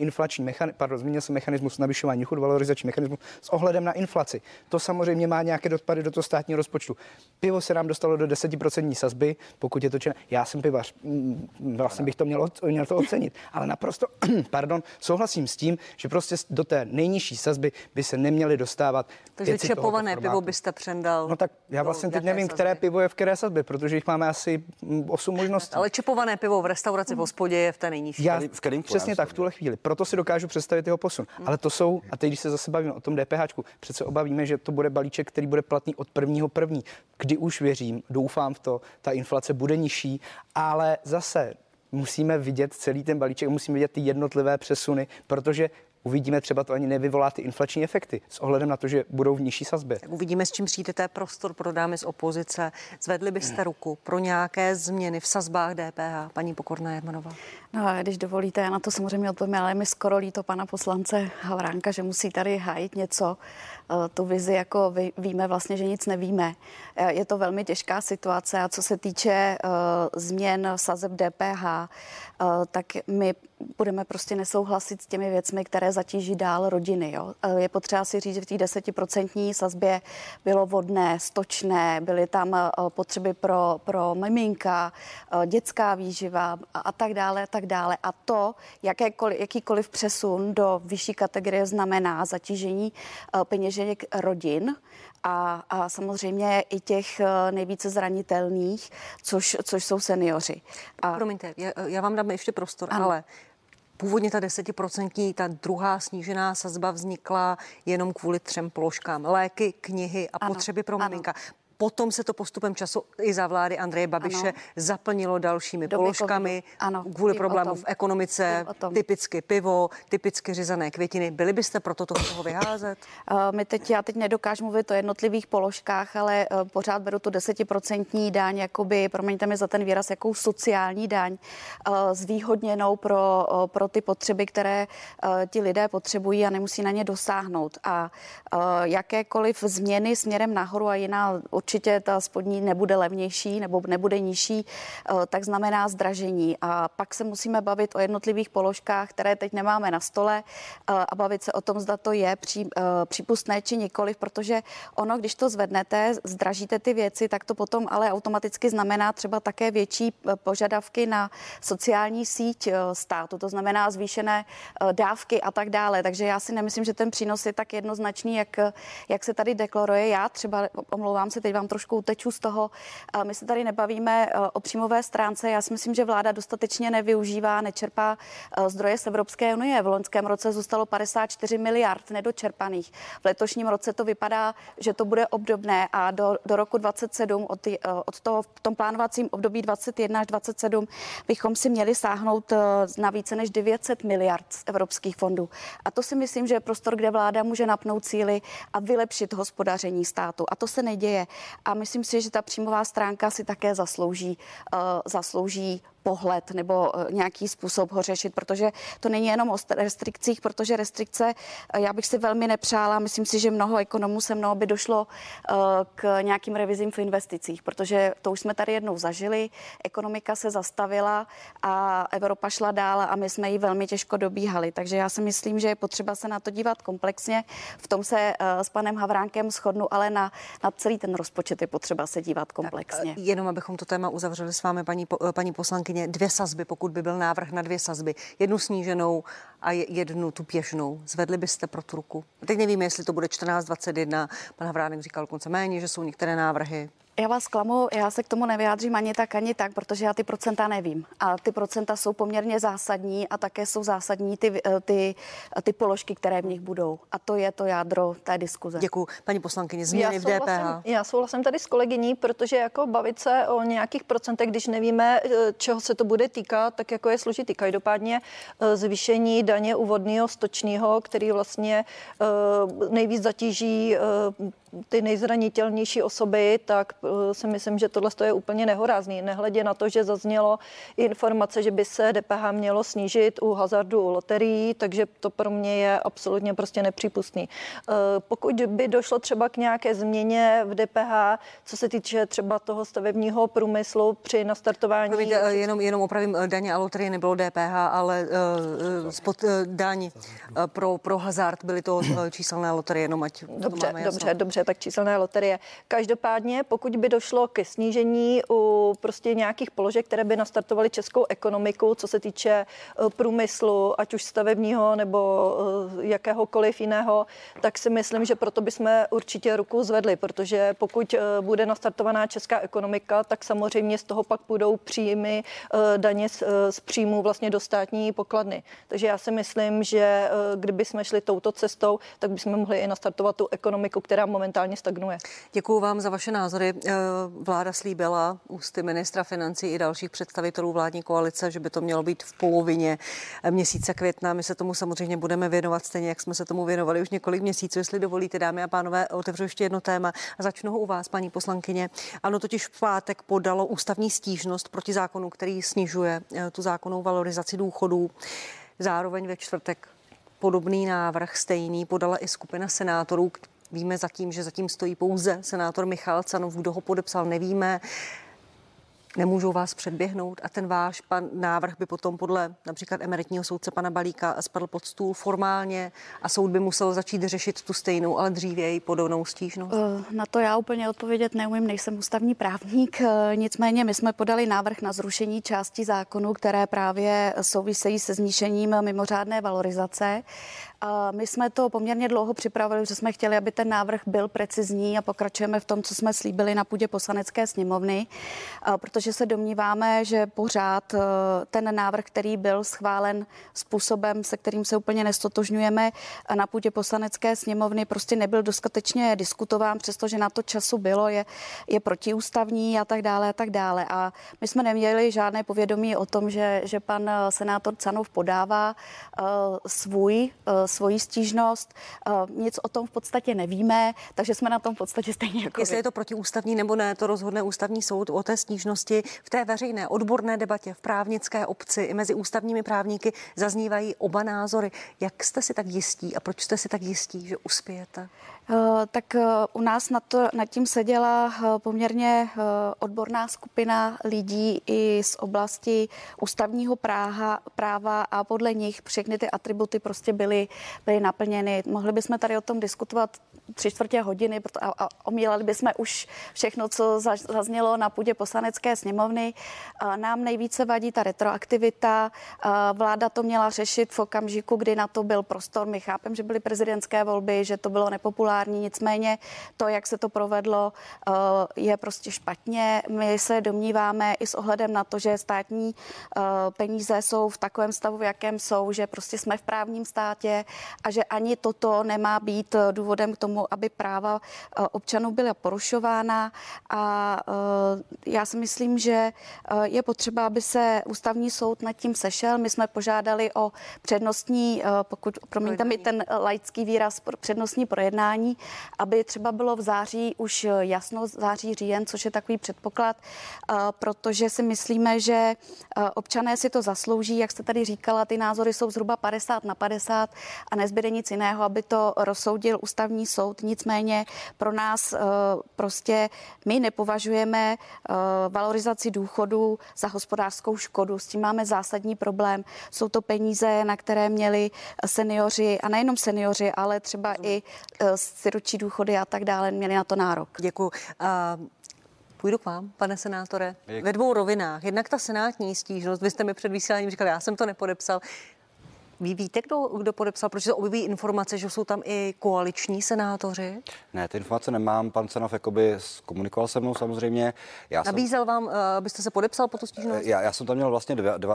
[SPEAKER 3] změnil se mechanismus navyšování důchodu, valorizační mechanismus s ohledem na inflaci. To samozřejmě má nějaké dopady do toho státního rozpočtu. Pivo se nám dostalo do 10% sazby, pokud je to černé. Já jsem pivař, vlastně bych to měl to ocenit, ale naprosto, souhlasím s tím, že prostě do té nejnižší sazby by se neměly dostávat.
[SPEAKER 1] Takže čepované pivo byste přendal.
[SPEAKER 3] No tak já vlastně teď nevím, které pivo je v které sazbě, protože jich máme asi 8 možností.
[SPEAKER 1] Ale čepované pivo v restauraci v hospodě je v té nejnižší.
[SPEAKER 3] Přesně tak v tuhle chvíli. Proto si dokážu představit jeho posun. Ale to jsou, a teď když se zase bavíme o tom DPHčku, přece obavíme, že to bude balíček, který bude platný od 1.1., kdy už věřím, doufám v to, ta inflace bude nižší, ale zase musíme vidět celý ten balíček, musíme vidět ty jednotlivé přesuny, protože uvidíme, třeba to ani nevyvolá ty inflační efekty s ohledem na to, že budou v nižší sazbě.
[SPEAKER 1] Tak uvidíme, s čím přijdete, prostor pro dámy z opozice. Zvedli byste ruku pro nějaké změny v sazbách DPH, paní Pokorná Jermanová?
[SPEAKER 2] No a když dovolíte, já na to samozřejmě odpovím, ale mi skoro líto pana poslance Havránka, že musí tady hájit něco, tu vizi, jako víme vlastně, že nic nevíme. Je to velmi těžká situace a co se týče změn sazeb DPH, tak my budeme prostě nesouhlasit s těmi věcmi, které zatíží dál rodiny. Jo. Je potřeba si říct, že v té 10% sazbě bylo vodné, stočné, byly tam potřeby pro miminka, dětská výživa a tak dále, a tak dále. A to, jakýkoliv přesun do vyšší kategorie znamená zatížení peněženek rodin a samozřejmě i těch nejvíce zranitelných, což jsou seniori.
[SPEAKER 1] Promiňte, já vám dám ještě prostor, ano. Ale původně ta 10%, ta druhá snížená sazba vznikla jenom kvůli 3 položkám. Léky, knihy a potřeby pro miminka. Potom se to postupem času i za vlády Andreje Babiše zaplnilo dalšími položkami kvůli problémům v ekonomice, typicky pivo, typicky řezané květiny. Byli byste proto toho vyházet?
[SPEAKER 2] Já teď nedokážu mluvit o jednotlivých položkách, ale pořád beru tu 10% daň, jakoby, promiňte mi za ten výraz, jakou sociální daň zvýhodněnou pro ty potřeby, které ti lidé potřebují a nemusí na ně dosáhnout. A jakékoliv změny směrem nahoru a jiná určitě ta spodní nebude levnější nebo nebude nižší, tak znamená zdražení. A pak se musíme bavit o jednotlivých položkách, které teď nemáme na stole a bavit se o tom, zda to je přípustné či nikoliv, protože ono, když to zvednete, zdražíte ty věci, tak to potom ale automaticky znamená třeba také větší požadavky na sociální síť státu, to znamená zvýšené dávky a tak dále. Takže já si nemyslím, že ten přínos je tak jednoznačný, jak se tady deklaruje. Já třeba, omlouvám se, teď vám trošku uteču z toho. My se tady nebavíme o příjmové stránce. Já si myslím, že vláda dostatečně nevyužívá, nečerpá zdroje z Evropské unie. V loňském roce zůstalo 54 miliard nedočerpaných. V letošním roce to vypadá, že to bude obdobné a do roku 2027, v tom plánovacím období 21 až 27 bychom si měli sáhnout na více než 900 miliard z evropských fondů. A to si myslím, že je prostor, kde vláda může napnout síly a vylepšit hospodaření státu. A to se neděje. A myslím si, že ta příjmová stránka si také zaslouží pohled nebo nějaký způsob ho řešit, protože to není jenom o restrikcích, protože restrikce já bych si velmi nepřála. Myslím si, že mnoho ekonomů se mnou by došlo k nějakým revizím v investicích, protože to už jsme tady jednou zažili. Ekonomika se zastavila a Evropa šla dál a my jsme ji velmi těžko dobíhali. Takže já si myslím, že je potřeba se na to dívat komplexně. V tom se s panem Havránkem shodnu, ale na celý ten rozpočet je potřeba se dívat komplexně.
[SPEAKER 1] Jenom abychom to téma uzavřeli s vámi, paní poslankyně, 2 sazby, pokud by byl návrh na 2 sazby, jednu sníženou a jednu tu pěšnou. Zvedli byste pro tu ruku? Teď nevíme, jestli to bude 14, 21. Pan Havránek říkal dokonce méně, že jsou některé návrhy.
[SPEAKER 2] Já vás klamu, já se k tomu nevyjádřím ani tak, protože já ty procenta nevím. A ty procenta jsou poměrně zásadní a také jsou zásadní ty položky, které v nich budou. A to je to jádro té diskuze.
[SPEAKER 1] Děkuji. Paní poslankyně, změny v DPH.
[SPEAKER 5] Já souhlasím tady s kolegyní, protože jako bavit se o nějakých procentech, když nevíme, čeho se to bude týkat, tak jako je složitý. Každopádně zvýšení daně u vodného, stočného, který vlastně nejvíc zatíží ty nejzranitelnější osoby, tak si myslím, že tohle je úplně nehorázný. Nehledě na to, že zaznělo informace, že by se DPH mělo snížit u hazardu, u loterií, takže to pro mě je absolutně prostě nepřípustný. Pokud by došlo třeba k nějaké změně v DPH, co se týče třeba toho stavebního průmyslu při nastartování...
[SPEAKER 1] Jenom opravím, daně a loterie nebylo DPH, ale spod daň pro hazard byly to číselné loterie, jenom ať
[SPEAKER 5] Dobře, tak číselné loterie. Každopádně, pokud by došlo ke snížení u prostě nějakých položek, které by nastartovaly českou ekonomiku, co se týče průmyslu, ať už stavebního nebo jakéhokoliv jiného, tak si myslím, že proto bychom určitě ruku zvedli, protože pokud bude nastartovaná česká ekonomika, tak samozřejmě z toho pak budou příjmy daně z příjmů vlastně do státní pokladny. Takže já si myslím, že kdyby jsme šli touto cestou, tak bychom mohli i nastartovat tu ekonomiku, která momentálně stagnuje.
[SPEAKER 1] Děkuju vám za vaše názory. Vláda slíbila ústy ministra financí i dalších představitelů vládní koalice, že by to mělo být v polovině měsíce května. My se tomu samozřejmě budeme věnovat stejně, jak jsme se tomu věnovali už několik měsíců. Jestli dovolíte, dámy a pánové, otevřu ještě jedno téma a začnu ho u vás, paní poslankyně. Ano, totiž v pátek podalo ústavní stížnost proti zákonu, který snižuje tu zákonnou valorizaci důchodů. Zároveň ve čtvrtek podobný návrh stejný podala i skupina senátorů. Víme že zatím stojí pouze senátor Michal Canov, kdo ho podepsal, nevíme. Nemůžou vás předběhnout a ten váš návrh by potom podle například emeritního soudce pana Balíka spadl pod stůl formálně a soud by musel začít řešit tu stejnou, ale dřívěji podobnou stížnost?
[SPEAKER 2] Na to já úplně odpovědět neumím, nejsem ústavní právník, nicméně my jsme podali návrh na zrušení části zákonů, které právě souvisejí se znížením mimořádné valorizace. My jsme to poměrně dlouho připravili, že jsme chtěli, aby ten návrh byl precizní a pokračujeme v tom, co jsme slíbili na půdě Poslanecké sněmovny, protože se domníváme, že pořád ten návrh, který byl schválen způsobem, se kterým se úplně nestotožňujeme na půdě Poslanecké sněmovny, prostě nebyl dostatečně diskutován, přestože na to času bylo, je protiústavní a tak dále a tak dále. A my jsme neměli žádné povědomí o tom, že pan senátor Canov podává svoji stížnost. Nic o tom v podstatě nevíme, takže jsme na tom v podstatě stejně jako
[SPEAKER 1] Jestli je to protiústavní nebo ne, to rozhodne ústavní soud. O té stížnosti v té veřejné odborné debatě v právnické obci i mezi ústavními právníky zaznívají oba názory. Jak jste si tak jistí a proč jste si tak jistí, že uspějete?
[SPEAKER 2] Tak u nás nad tím seděla poměrně odborná skupina lidí i z oblasti ústavního práva a podle nich všechny ty atributy prostě byly naplněny. Mohli bychom tady o tom diskutovat 3/4 hodiny a omílali bychom už všechno, co zaznělo na půdě Poslanecké sněmovny. Nám nejvíce vadí ta retroaktivita. Vláda to měla řešit v okamžiku, kdy na to byl prostor. My chápeme, že byly prezidentské volby, že to bylo nepopulární, nicméně to, jak se to provedlo, je prostě špatně. My se domníváme i s ohledem na to, že státní peníze jsou v takovém stavu, v jakém jsou, že prostě jsme v právním státě a že ani toto nemá být důvodem k tomu, aby práva občanů byla porušována a já si myslím, že je potřeba, aby se ústavní soud nad tím sešel. My jsme požádali o přednostní, pokud promiňte mi ten laický výraz, přednostní projednání, aby třeba bylo v září už jasno, září, říjen, což je takový předpoklad, protože si myslíme, že občané si to zaslouží, jak jste tady říkala, ty názory jsou zhruba 50/50 a nezbyde nic jiného, aby to rozsoudil ústavní soud. Nicméně pro nás prostě my nepovažujeme valorizaci důchodů za hospodářskou škodu. S tím máme zásadní problém. Jsou to peníze, na které měli seniori a nejenom seniori, ale třeba i sirotčí důchody a tak dále, měli na to nárok.
[SPEAKER 1] Děkuji. Půjdu k vám, pane senátore, ve dvou rovinách. Jednak ta senátní stížnost, vy jste mi před vysíláním říkali, já jsem to nepodepsal. Vy víte, kdo podepsal, protože se objeví informace, že jsou tam i koaliční senátoři?
[SPEAKER 4] Ne, ty informace nemám. Pan Canov jakoby komunikoval se mnou samozřejmě.
[SPEAKER 1] Nabízel vám, abyste se podepsal po tu stížnost?
[SPEAKER 4] Já jsem tam měl vlastně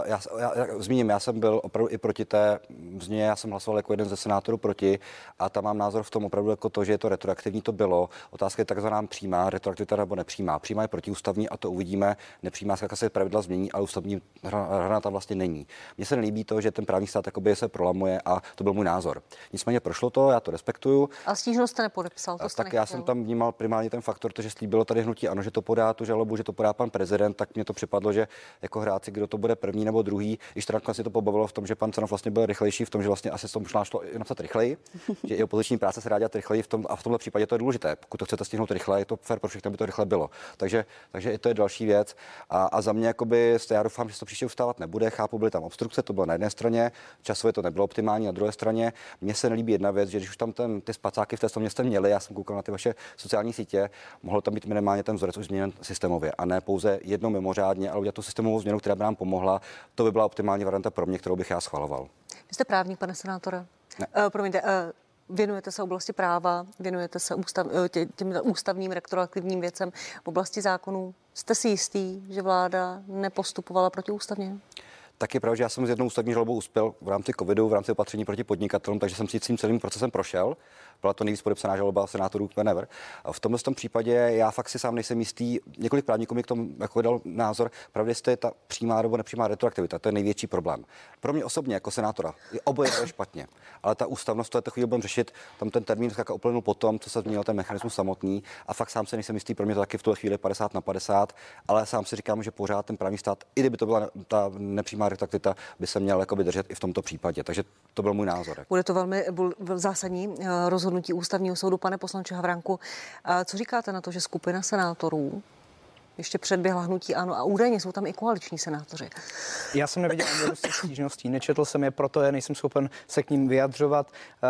[SPEAKER 4] zmíním, já jsem byl opravdu i proti té změně, já jsem hlasoval jako jeden ze senátorů proti a tam mám názor v tom opravdu jako to, že je to retroaktivní, to bylo. Otázka je takzvaná přímá retroaktivita nebo nepřímá. Přímá je protiústavní a to uvidíme. Nepřímá se pravidla změní, ale ústavní hra tam vlastně není. Mně se nelíbí to, že ten právní stát se prolamuje a to byl můj názor. Nicméně prošlo to, já to respektuju.
[SPEAKER 1] A stížnost jste nepodepsal, to jste
[SPEAKER 4] tak já jsem tam vnímal primárně ten faktor, že slíbilo tady hnutí ANO, že to podá tu žalobu, že to podá pan prezident, tak mě to připadlo, že jako hrát si, kdo to bude první nebo druhý, i Štranka si to pobavilo v tom, že pan Canov vlastně byl rychlejší v tom, že vlastně asi to možná šlo napsat rychleji, že i opoziční práce se dá dělat rychleji a v tomhle případě to je důležité. Pokud to chcete stihnout rychle, je to fair pro všechny, aby to rychle bylo. Takže i to je další věc. A za mě jakoby, já doufám, že se to příště ustávat nebude. Chápu, byly tam obstrukce, to bylo na jedné straně, časově to nebylo optimální, na druhé straně. Mně se nelíbí jedna věc, že když už tam ty spacáky v té sněmovně jste měli, já jsem koukal na ty vaše sociální sítě, mohlo tam být minimálně ten vzorec už změněn systémově a ne pouze jednou mimořádně, ale udělat tu systémovou změnu, která by nám pomohla. To by byla optimální varianta pro mě, kterou bych já schvaloval.
[SPEAKER 1] Vy jste právník, pane senátore? Promiňte, věnujete se oblasti práva, věnujete se těm ústavním retroaktivním věcem v oblasti zákonů. Jste si jistý, že vláda nepostupovala protiústavně?
[SPEAKER 4] Tak je pravda, že já jsem s jednou ústavní žalobou uspěl v rámci covidu, v rámci opatření proti podnikatelům, takže jsem si tím celým procesem prošel. Byla to nejvíc podepsaná žaloba senátorů whenever. V tomhle případě já fakt si sám nejsem jistý. Několik právníků mi k tomu jako dal názor, pravdě je ta přímá nebo nepřímá retroaktivita, to je největší problém. Pro mě osobně jako senátora je oboje to je špatně, ale ta ústavnost, to je takový budeme řešit, tam ten termín uplynul potom, co se změnil ten mechanismus samotný a fakt sám se nejsem jistý, pro mě to taky v tuhle chvíli 50/50, ale sám si říkám, že pořád ten právní stát, i kdyby to byla ta nepřímá retroaktivita, by se měl jakoby držet i v tomto případě. Takže to byl můj názor.
[SPEAKER 1] Bude to velmi zásadní rozhodnutí ústavního soudu, pane poslanče Havránku. Co říkáte na to, že skupina senátorů ještě předběhla hnutí ANO a údajně jsou tam i koaliční senátoři?
[SPEAKER 3] Já jsem neviděl ani stížností, nečetl jsem je, proto já nejsem schopen se k ním vyjadřovat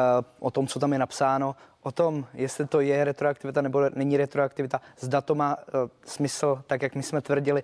[SPEAKER 3] o tom, co tam je napsáno. O tom, jestli to je retroaktivita nebo není retroaktivita, zda to má smysl, tak jak my jsme tvrdili,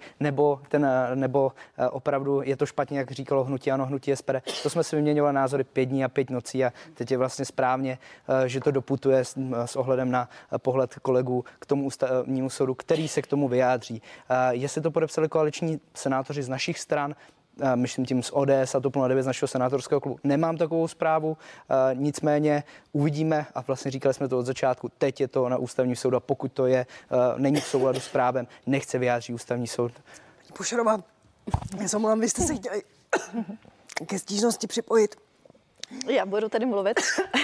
[SPEAKER 3] nebo opravdu je to špatně, jak říkalo hnutí ANO, hnutí SPD. To jsme si vyměňovali názory 5 dní a 5 nocí a teď je vlastně správně, že to doputuje s ohledem na pohled kolegů k tomu ústavnímu soudu, který se k tomu vyjádří. Jestli to podepsali koaliční senátoři z našich stran, myslím tím z ODS a TOP 09 z našeho senátorského klubu. Nemám takovou zprávu, nicméně uvidíme a vlastně říkali jsme to od začátku, teď je to na ústavní soudu a pokud to není v souladu s právem, nechce vyjádřit ústavní soud.
[SPEAKER 1] Pošerová, já se omlouvám, vy jste se chtěli ke stížnosti připojit.
[SPEAKER 5] Já budu tady mluvit.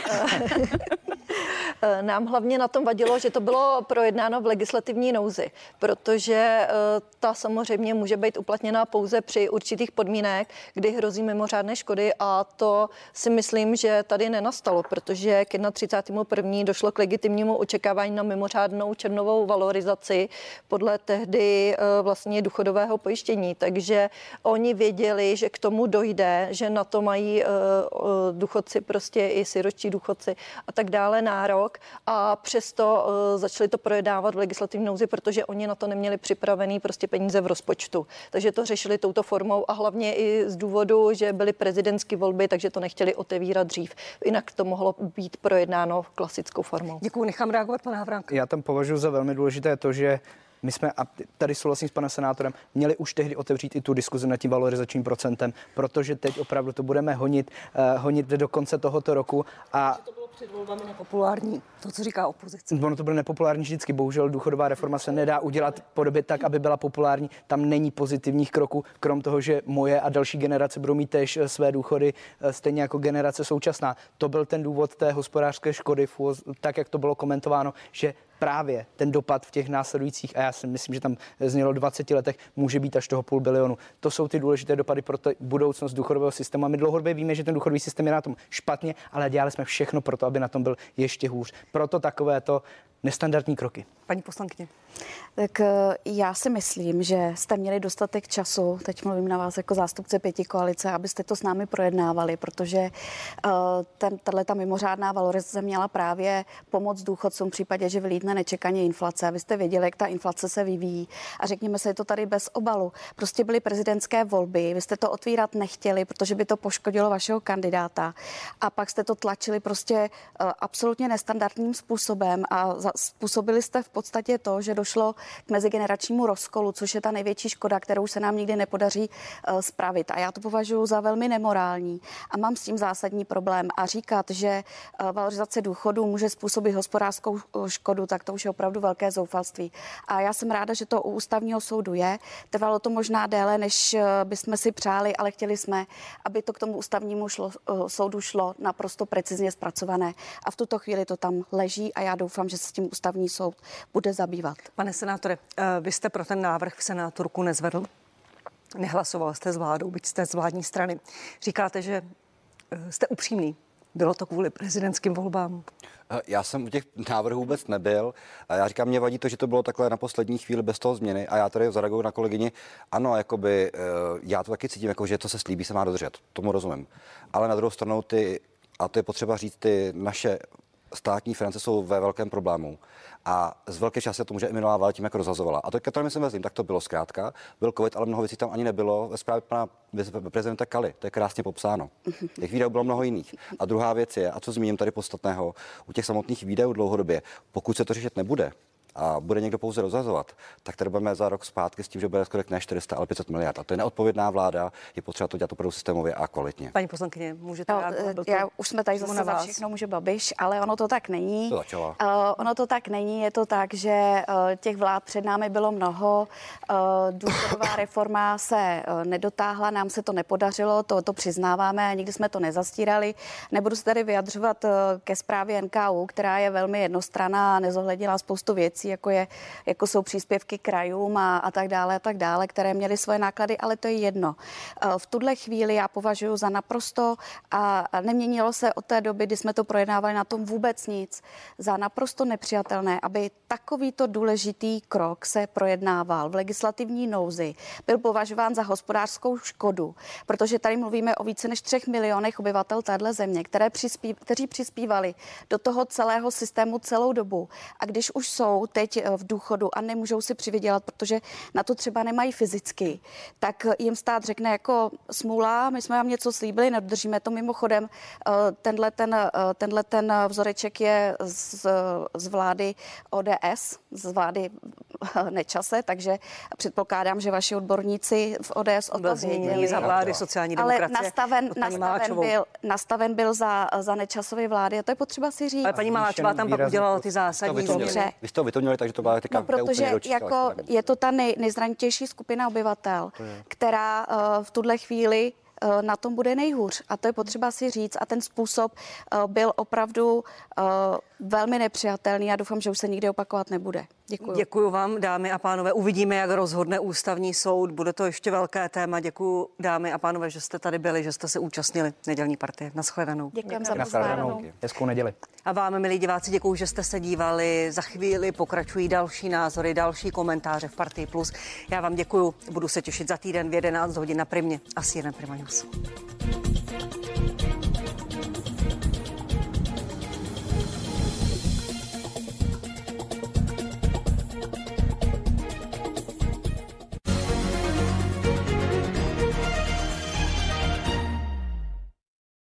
[SPEAKER 5] Nám hlavně na tom vadilo, že to bylo projednáno v legislativní nouzi, protože ta samozřejmě může být uplatněna pouze při určitých podmínek, kdy hrozí mimořádné škody a to si myslím, že tady nenastalo, protože k 31.1. došlo k legitimnímu očekávání na mimořádnou červnovou valorizaci podle tehdy vlastně důchodového pojištění, takže oni věděli, že k tomu dojde, že na to mají důchodci, prostě i sirotčí důchodci a tak dále nárok a přesto začali to projednávat v legislativní nouzi, protože oni na to neměli připravený prostě peníze v rozpočtu. Takže to řešili touto formou a hlavně i z důvodu, že byly prezidentské volby, takže to nechtěli otevírat dřív. Jinak to mohlo být projednáno klasickou formou.
[SPEAKER 1] Děkuji, nechám reagovat pana Havránka.
[SPEAKER 3] Já tam považuji za velmi důležité to, že my jsme, a tady souhlasím s panem senátorem, měli už tehdy otevřít i tu diskuzi nad tím valorizačním procentem, protože teď opravdu to budeme honit do konce tohoto roku a
[SPEAKER 1] to bylo před volbami nepopulární, to, co říká opozice.
[SPEAKER 3] Ono to bylo nepopulární vždycky, bohužel důchodová reforma se nedá udělat v podobě tak, aby byla populární. Tam není pozitivních kroků, krom toho, že moje a další generace budou mít též své důchody, stejně jako generace současná. To byl ten důvod té hospodářské škody, tak jak to bylo komentováno, že právě ten dopad v těch následujících, a já si myslím, že tam znělo 20 letech, může být až toho 500 milionu. To jsou ty důležité dopady pro budoucnost důchodového systému. A my dlouhodobě víme, že ten důchodový systém je na tom špatně, ale dělali jsme všechno pro to, aby na tom byl ještě hůř. Proto takovéto nestandardní kroky.
[SPEAKER 1] Paní poslankyně.
[SPEAKER 2] Tak já si myslím, že jste měli dostatek času, teď mluvím na vás jako zástupce pětikoalice, abyste to s námi projednávali, protože tato mimořádná valorizace měla právě pomoct důchodcům v případě, že vylítne nečekaně inflace. A vy jste věděli, jak ta inflace se vyvíjí. A řekněme se, je to tady bez obalu. Prostě byly prezidentské volby, vy jste to otvírat nechtěli, protože by to poškodilo vašeho kandidáta. A pak jste to tlačili prostě absolutně nestandardním způsobem a způsobili jste v podstatě to, že došlo k mezigeneračnímu rozkolu, což je ta největší škoda, kterou se nám nikdy nepodaří spravit. A já to považuji za velmi nemorální a mám s tím zásadní problém. A říkat, že valorizace důchodů může způsobit hospodářskou škodu, tak to už je opravdu velké zoufalství. A já jsem ráda, že to u ústavního soudu je. Trvalo to možná déle, než bychom si přáli, ale chtěli jsme, aby to k tomu ústavnímu soudu šlo naprosto precizně zpracované. A v tuto chvíli to tam leží a já doufám, že se s tím ústavní soud bude zabývat.
[SPEAKER 1] Pane senátore, vy jste pro ten návrh v Senátu ruku nezvedl. Nehlasoval jste s vládou, byť jste z vládní strany. Říkáte, že jste upřímný. Bylo to kvůli prezidentským volbám?
[SPEAKER 4] Já jsem u těch návrhů vůbec nebyl. Já říkám, mě vadí to, že to bylo takhle na poslední chvíli bez toho změny. A já tady zareaguju na kolegyni. Ano, jakoby, já to taky cítím, jako, že to se slíbí, se má dodržet. Tomu rozumím. Ale na druhou stranu a to je potřeba říct, ty naše státní finance jsou ve velkém problému. A z velké části to může Emilová vláda tím, jak rozhazovala. A to, které myslím vezím, tak to bylo zkrátka. Byl covid, ale mnoho věcí tam ani nebylo. Ve zprávě pana prezidenta Kaly, to je krásně popsáno. Těch výdajů bylo mnoho jiných. A druhá věc je, a co zmíním tady podstatného, u těch samotných výdajů dlouhodobě, pokud se to řešit nebude, a bude někdo pouze rozhazovat, tak tady budeme za rok zpátky s tím, že bude schodek ne 400, ale 500 miliard. A to je neodpovědná vláda, je potřeba to dělat opravdu systémově a kvalitně.
[SPEAKER 1] Paní poslankyně, můžete
[SPEAKER 2] už jsme tady zase za všechno může Babiš, ale ono to tak není. Ono to tak není, je to tak, že těch vlád před námi bylo mnoho. Důchodová reforma se nedotáhla, nám se to nepodařilo, to přiznáváme, nikdy jsme to nezastírali. Nebudu se tady vyjadřovat ke zprávě NKÚ, která je velmi jednostranná a nezohlednila spoustu věcí, jako jsou příspěvky krajům a tak dále, které měly svoje náklady, ale to je jedno. V tuhle chvíli já považuji za naprosto, a neměnilo se od té doby, kdy jsme to projednávali, na tom vůbec nic, za naprosto nepřijatelné, aby takovýto důležitý krok se projednával v legislativní nouzi, byl považován za hospodářskou škodu, protože tady mluvíme o více než 3 milionech obyvatel téhle země, kteří přispívali do toho celého systému celou dobu. A když už jsou teď v důchodu a nemůžou si přivydělat, protože na to třeba nemají fyzicky, tak jim stát řekne jako smůla, my jsme vám něco slíbili, nedodržíme to. Mimochodem, tenhle ten vzoreček je z vlády ODS, z vlády Nečase, takže předpokládám, že vaši odborníci v ODS o tom věděli.
[SPEAKER 1] Za vlády sociální demokracie.
[SPEAKER 2] Ale nastaven byl za Nečasovy vlády a to je potřeba si říct.
[SPEAKER 1] Ale paní Maláčová tam pak udělala ty zásadní změny.
[SPEAKER 4] Vy jste to vytomněli, takže to byla teďka
[SPEAKER 2] protože jako je to ta nejzranitější skupina obyvatel, která v tuhle chvíli na tom bude nejhůř. A to je potřeba si říct. A ten způsob byl opravdu velmi nepřijatelný a doufám, že už se nikdy opakovat nebude. Děkuji.
[SPEAKER 1] Děkuji vám, dámy a pánové. Uvidíme, jak rozhodne ústavní soud. Bude to ještě velké téma. Děkuji, dámy a pánové, že jste tady byli, že jste se účastnili nedělní partie. Naschledanou.
[SPEAKER 2] Děkujeme za pozvání.
[SPEAKER 3] Hezkou neděli.
[SPEAKER 1] A vám, milí diváci, děkuji, že jste se dívali. Za chvíli pokračují další názory, další komentáře v Partii Plus. Já vám děkuji. Budu se těšit za týden v 11 hodin na Primě a CNN Prima News.